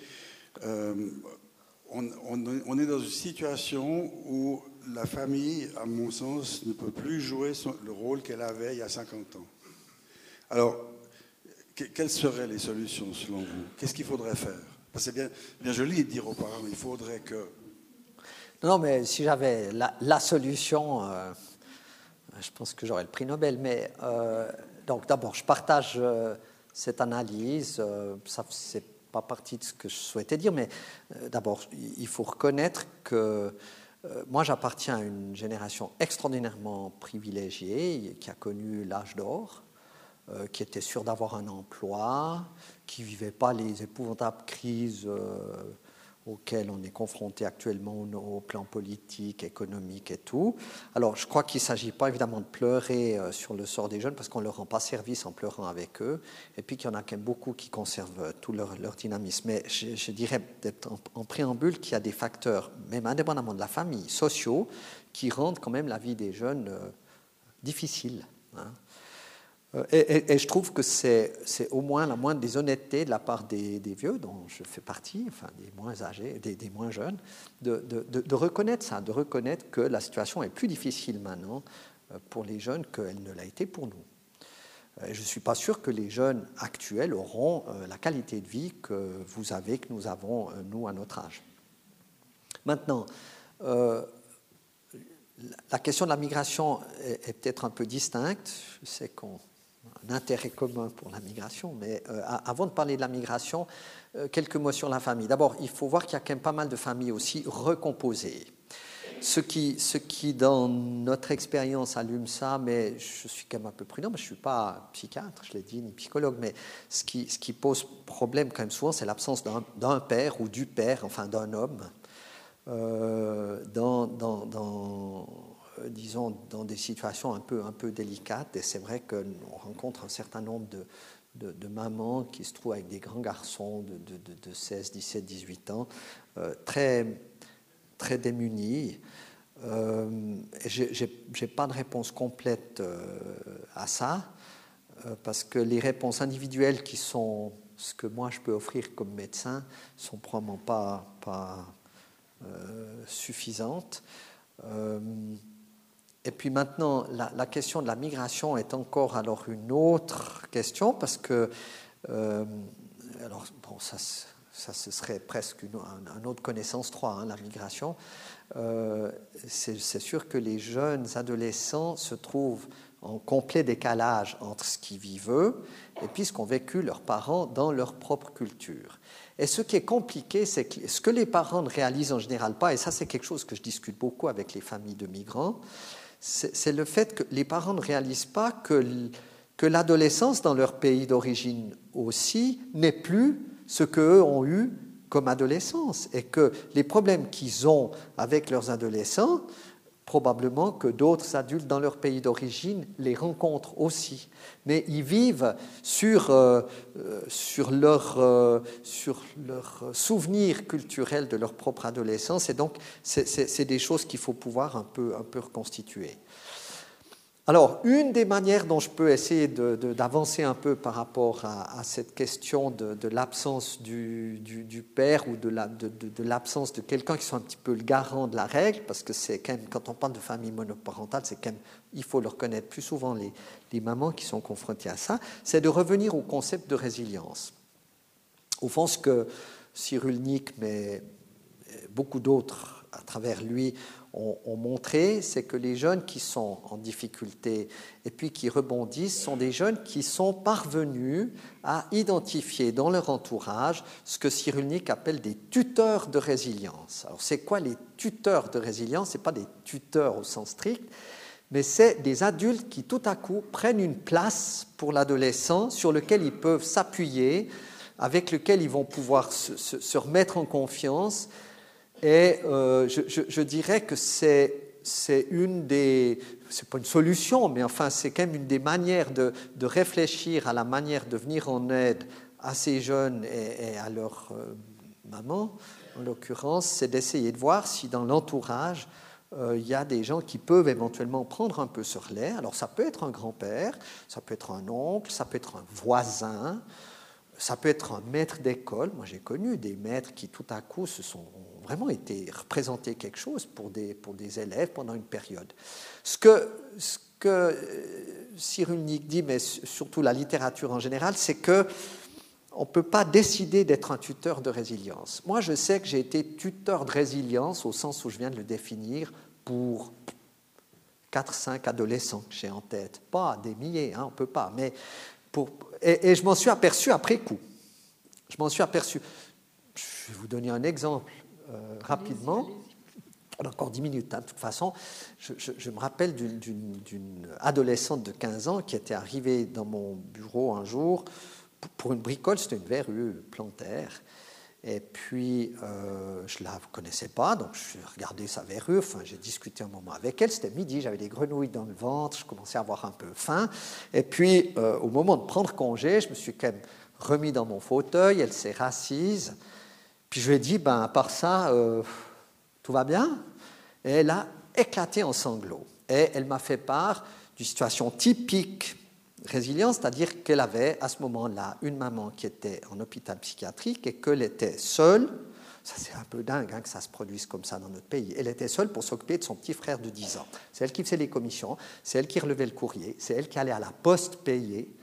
On est dans une situation où la famille, à mon sens, ne peut plus jouer le rôle qu'elle avait il y a 50 ans. Alors, quelles seraient les solutions selon vous? Qu'est-ce qu'il faudrait faire? Parce que c'est bien joli de dire aux parents, il faudrait que... Non, mais si j'avais la solution, je pense que j'aurais le prix Nobel. Mais donc d'abord, je partage cette analyse. Ça, c'est pas partie de ce que je souhaitais dire, mais d'abord, il faut reconnaître que moi, j'appartiens à une génération extraordinairement privilégiée qui a connu l'âge d'or, qui était sûr d'avoir un emploi, qui ne vivait pas les épouvantables crises auxquelles on est confronté actuellement au plan politique, économique et tout. Alors, je crois qu'il ne s'agit pas évidemment de pleurer sur le sort des jeunes parce qu'on ne leur rend pas service en pleurant avec eux, et puis qu'il y en a quand même beaucoup qui conservent tout leur dynamisme. Mais je dirais peut-être en préambule qu'il y a des facteurs, même indépendamment de la famille, sociaux, qui rendent quand même la vie des jeunes difficile. Et je trouve que c'est au moins la moindre des honnêtetés de la part des vieux, dont je fais partie, enfin des moins âgés, des moins jeunes, de reconnaître ça, de reconnaître que la situation est plus difficile maintenant pour les jeunes qu'elle ne l'a été pour nous. Et je ne suis pas sûr que les jeunes actuels auront la qualité de vie que vous avez, que nous avons, nous, à notre âge. Maintenant, la question de la migration est peut-être un peu distincte. Je sais qu'on a un intérêt commun pour la migration, mais avant de parler de la migration, quelques mots sur la famille. D'abord, il faut voir qu'il y a quand même pas mal de familles aussi recomposées. Ce qui, dans notre expérience, allume ça, mais je suis quand même un peu prudent, mais je ne suis pas psychiatre, je l'ai dit, ni psychologue, mais ce qui pose problème quand même souvent, c'est l'absence d'un père ou du père, enfin d'un homme, disons, dans des situations un peu délicates. Et c'est vrai qu'on rencontre un certain nombre de mamans qui se trouvent avec des grands garçons de 16, 17, 18 ans, très démunis. Je n'ai pas de réponse complète à ça, parce que les réponses individuelles qui sont ce que moi je peux offrir comme médecin sont probablement pas suffisantes. Et puis maintenant, la question de la migration est encore alors une autre question, parce que alors bon, ça ce serait presque une autre connaissance 3, hein, la migration. C'est sûr que les jeunes adolescents se trouvent en complet décalage entre ce qu'ils vivent eux et puis ce qu'ont vécu leurs parents dans leur propre culture. Et ce qui est compliqué, c'est que ce que les parents ne réalisent en général pas, et ça c'est quelque chose que je discute beaucoup avec les familles de migrants, c'est le fait que les parents ne réalisent pas que l'adolescence dans leur pays d'origine aussi n'est plus ce qu'eux ont eu comme adolescence, et que les problèmes qu'ils ont avec leurs adolescents, probablement que d'autres adultes dans leur pays d'origine les rencontrent aussi. Mais ils vivent sur leur souvenir culturel de leur propre adolescence, et donc c'est des choses qu'il faut pouvoir un peu reconstituer. Alors, une des manières dont je peux essayer d'avancer un peu par rapport à cette question de l'absence du père ou de l'absence de quelqu'un qui soit un petit peu le garant de la règle, parce que c'est quand même, quand on parle de famille monoparentale, c'est quand même, il faut le reconnaître, plus souvent les mamans qui sont confrontées à ça, c'est de revenir au concept de résilience. Au fond, ce que Cyrulnik, mais beaucoup d'autres à travers lui, ont montré, c'est que les jeunes qui sont en difficulté et puis qui rebondissent sont des jeunes qui sont parvenus à identifier dans leur entourage ce que Cyrulnik appelle des tuteurs de résilience. Alors, c'est quoi les tuteurs de résilience ? Ce n'est pas des tuteurs au sens strict, mais c'est des adultes qui, tout à coup, prennent une place pour l'adolescent sur lequel ils peuvent s'appuyer, avec lequel ils vont pouvoir se remettre en confiance. Et je dirais que c'est une des... c'est pas une solution, mais enfin c'est quand même une des manières de réfléchir à la manière de venir en aide à ces jeunes et à leur maman, en l'occurrence, c'est d'essayer de voir si dans l'entourage, il y a des gens qui peuvent éventuellement prendre un peu ce relais. Alors ça peut être un grand-père, ça peut être un oncle, ça peut être un voisin, ça peut être un maître d'école. Moi j'ai connu des maîtres qui tout à coup ont vraiment été représenter quelque chose pour des élèves pendant une période. Ce que Cyrulnik dit, mais surtout la littérature en général, c'est qu'on ne peut pas décider d'être un tuteur de résilience. Moi, je sais que j'ai été tuteur de résilience, au sens où je viens de le définir, pour 4-5 adolescents que j'ai en tête. Pas des milliers, hein, on ne peut pas, mais et je m'en suis aperçu après coup. Je m'en suis aperçu. Je vais vous donner un exemple. Rapidement, on a encore 10 minutes, hein, de toute façon, je me rappelle d'une adolescente de 15 ans qui était arrivée dans mon bureau un jour pour une bricole, c'était une verrue plantaire, et puis je ne la connaissais pas, donc je regardais sa verrue, enfin, j'ai discuté un moment avec elle, c'était midi, j'avais des grenouilles dans le ventre, je commençais à avoir un peu faim, et puis au moment de prendre congé, je me suis quand même remis dans mon fauteuil, elle s'est rassise. Puis je lui ai dit, à part ça, tout va bien ? Et elle a éclaté en sanglots. Et elle m'a fait part d'une situation typique résilience, c'est-à-dire qu'elle avait à ce moment-là une maman qui était en hôpital psychiatrique et qu'elle était seule. Ça, c'est un peu dingue, hein, que ça se produise comme ça dans notre pays. Elle était seule pour s'occuper de son petit frère de 10 ans. C'est elle qui faisait les commissions, c'est elle qui relevait le courrier, c'est elle qui allait à la poste payer.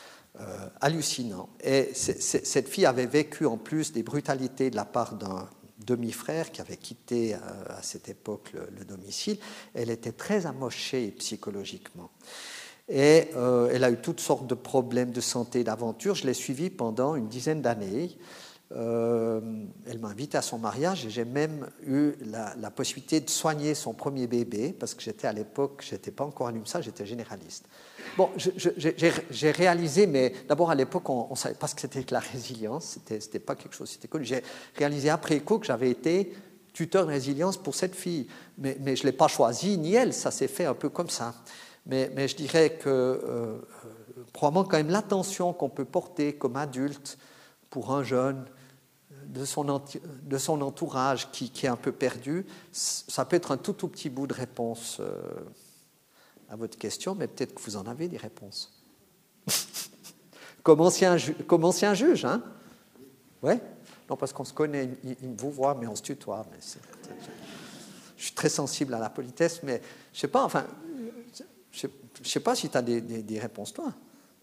Hallucinant. Et cette fille avait vécu en plus des brutalités de la part demi-frère qui avait quitté à cette époque le domicile. Elle était très amochée psychologiquement. Et elle a eu toutes sortes de problèmes de santé, d'aventure. Je l'ai suivie pendant une dizaine d'années. Elle m'a invité à son mariage et j'ai même eu la possibilité de soigner son premier bébé parce que j'étais à l'époque, je n'étais pas encore à l'UMSA, j'étais généraliste. Bon, j'ai réalisé, mais d'abord à l'époque, on ne savait pas ce que c'était que la résilience, c'était pas quelque chose, c'était connu. J'ai réalisé après coup que j'avais été tuteur de résilience pour cette fille, mais je ne l'ai pas choisie, ni elle, ça s'est fait un peu comme ça. Mais je dirais que probablement quand même l'attention qu'on peut porter comme adulte pour un jeune, de son entourage qui est un peu perdu, ça peut être un tout petit bout de réponse à votre question, mais peut-être que vous en avez des réponses. Comme ancien juge, hein? Ouais? Non, parce qu'on se connaît, il vous voit, mais on se tutoie. Mais je suis très sensible à la politesse, mais je ne sais pas, enfin, je sais pas si tu as des réponses, toi.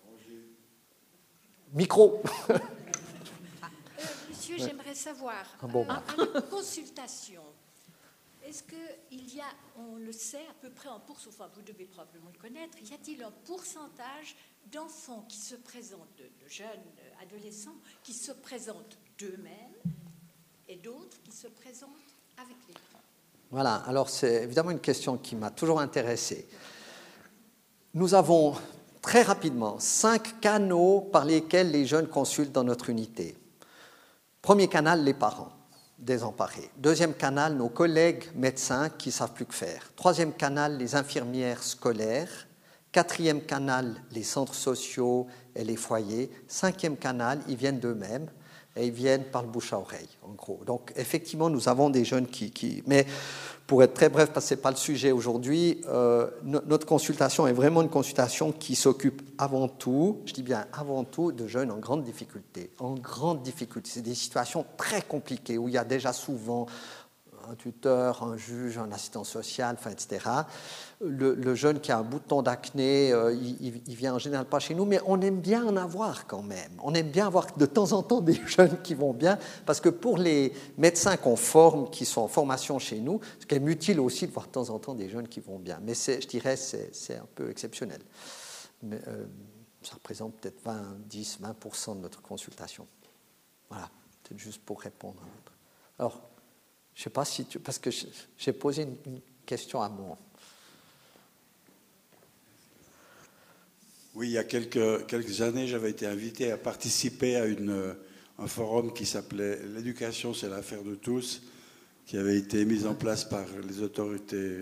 Micro. Monsieur, j'aimerais savoir, en consultation, est-ce qu'il y a, on le sait à peu près en pourcentage, enfin vous devez probablement le connaître, y a-t-il un pourcentage d'enfants qui se présentent, de jeunes adolescents, qui se présentent d'eux-mêmes et d'autres qui se présentent avec les grands? Voilà, alors c'est évidemment une question qui m'a toujours intéressée. Nous avons très rapidement 5 canaux par lesquels les jeunes consultent dans notre unité. Premier canal, les parents désemparés. Deuxième canal, nos collègues médecins qui ne savent plus que faire. Troisième canal, les infirmières scolaires. Quatrième canal, les centres sociaux et les foyers. Cinquième canal, ils viennent d'eux-mêmes et ils viennent par le bouche à oreille, en gros. Donc, effectivement, nous avons des jeunes qui... Mais pour être très bref, parce que ce n'est pas le sujet aujourd'hui, notre consultation est vraiment une consultation qui s'occupe avant tout, je dis bien avant tout, de jeunes en grande difficulté. En grande difficulté. C'est des situations très compliquées où il y a déjà souvent un tuteur, un juge, un assistant social, enfin, etc. Le jeune qui a un bouton d'acné, il vient en général pas chez nous, mais on aime bien en avoir quand même. On aime bien avoir de temps en temps des jeunes qui vont bien, parce que pour les médecins qu'on forme, qui sont en formation chez nous, c'est quand même utile aussi de voir de temps en temps des jeunes qui vont bien. Mais je dirais c'est un peu exceptionnel. Mais, ça représente peut-être 20% de notre consultation. Voilà, peut-être juste pour répondre à votre... Alors, je ne sais pas si tu... Parce que j'ai posé une question à moi. Oui, il y a quelques années, j'avais été invité à participer à un forum qui s'appelait « L'éducation, c'est l'affaire de tous », qui avait été mis en place par les autorités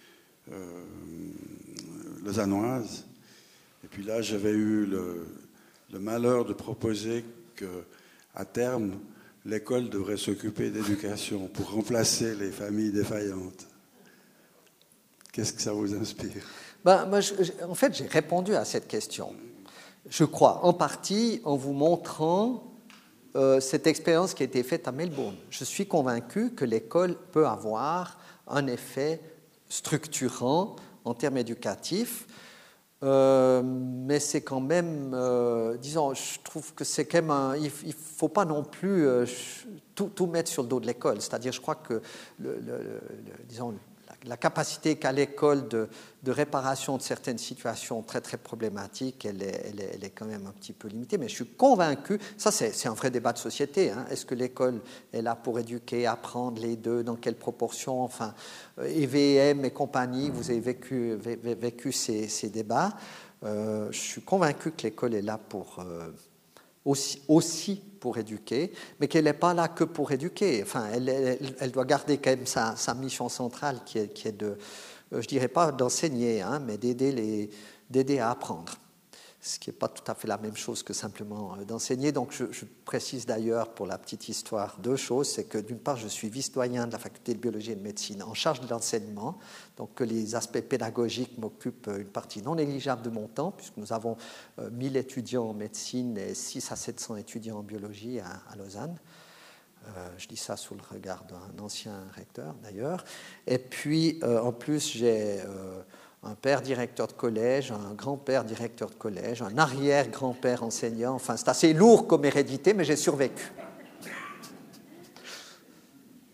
lausannoises. Et puis là, j'avais eu le malheur de proposer qu'à terme, l'école devrait s'occuper d'éducation pour remplacer les familles défaillantes. Qu'est-ce que ça vous inspire ? Moi, en fait, j'ai répondu à cette question. Je crois, en partie, en vous montrant cette expérience qui a été faite à Melbourne. Je suis convaincu que l'école peut avoir un effet structurant en termes éducatifs, mais c'est quand même, disons, je trouve que c'est quand même il ne faut pas non plus tout mettre sur le dos de l'école. C'est-à-dire, je crois que, disons, la capacité qu'a l'école de réparation de certaines situations très, très problématiques, elle est quand même un petit peu limitée. Mais je suis convaincu, ça c'est un vrai débat de société, hein. Est-ce que l'école est là pour éduquer, apprendre les deux, dans quelle proportion, enfin, EVM et compagnie, vous avez vécu ces débats. Je suis convaincu que l'école est là pour... aussi pour éduquer, mais qu'elle n'est pas là que pour éduquer. Enfin, elle doit garder quand même sa mission centrale qui est de, je dirais pas d'enseigner, hein, mais d'aider à apprendre. Ce qui n'est pas tout à fait la même chose que simplement d'enseigner. Donc, je précise d'ailleurs pour la petite histoire 2 choses. C'est que d'une part, je suis vice-doyen de la faculté de biologie et de médecine en charge de l'enseignement. Donc, que les aspects pédagogiques m'occupent une partie non négligeable de mon temps, puisque nous avons 1000 étudiants en médecine et 600 à 700 étudiants en biologie à Lausanne. Je dis ça sous le regard d'un ancien recteur d'ailleurs. Et puis, en plus, j'ai... un père directeur de collège, un grand-père directeur de collège, un arrière-grand-père enseignant. Enfin, c'est assez lourd comme hérédité, mais j'ai survécu.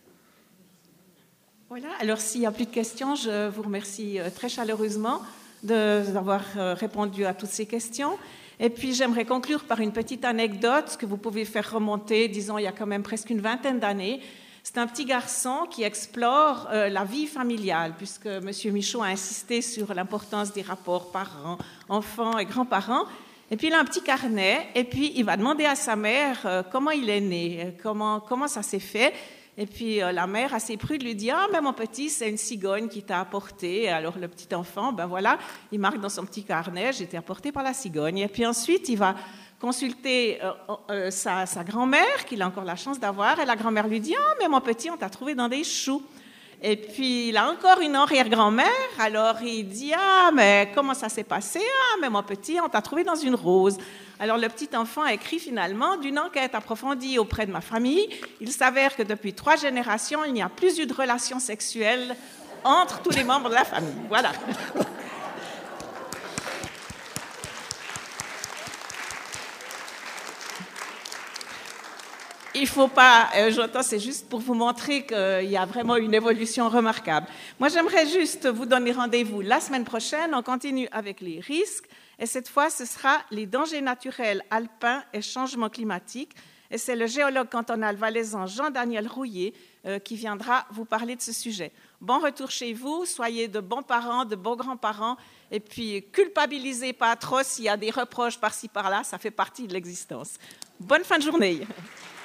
Voilà, alors s'il n'y a plus de questions, je vous remercie très chaleureusement d'avoir répondu à toutes ces questions. Et puis j'aimerais conclure par une petite anecdote que vous pouvez faire remonter, disons, il y a quand même presque une vingtaine d'années. C'est un petit garçon qui explore la vie familiale, puisque M. Michaud a insisté sur l'importance des rapports parents, enfants et grands-parents. Et puis il a un petit carnet, et puis il va demander à sa mère comment il est né, comment ça s'est fait. Et puis la mère, assez prude, lui dit « Ah, mais mon petit, c'est une cigogne qui t'a apporté. » Alors le petit enfant, ben voilà, il marque dans son petit carnet « J'ai été apporté par la cigogne. » Et puis ensuite, il va consulter sa grand-mère, qu'il a encore la chance d'avoir, et la grand-mère lui dit « Ah, mais mon petit, on t'a trouvé dans des choux. » Et puis il a encore une arrière-grand-mère, alors il dit « Ah, mais comment ça s'est passé? Ah, mais mon petit, on t'a trouvé dans une rose. » Alors le petit enfant a écrit finalement « D'une enquête approfondie auprès de ma famille, il s'avère que depuis 3 générations, il n'y a plus eu de relations sexuelles entre tous les membres de la famille. » Voilà. Il ne faut pas, j'entends, c'est juste pour vous montrer qu'il y a vraiment une évolution remarquable. Moi, j'aimerais juste vous donner rendez-vous la semaine prochaine. On continue avec les risques. Et cette fois, ce sera les dangers naturels alpins et changement climatique. Et c'est le géologue cantonal valaisan Jean-Daniel Rouillet qui viendra vous parler de ce sujet. Bon retour chez vous, soyez de bons parents, de bons grands-parents, et puis culpabilisez pas trop s'il y a des reproches par-ci par-là, ça fait partie de l'existence. Bonne fin de journée.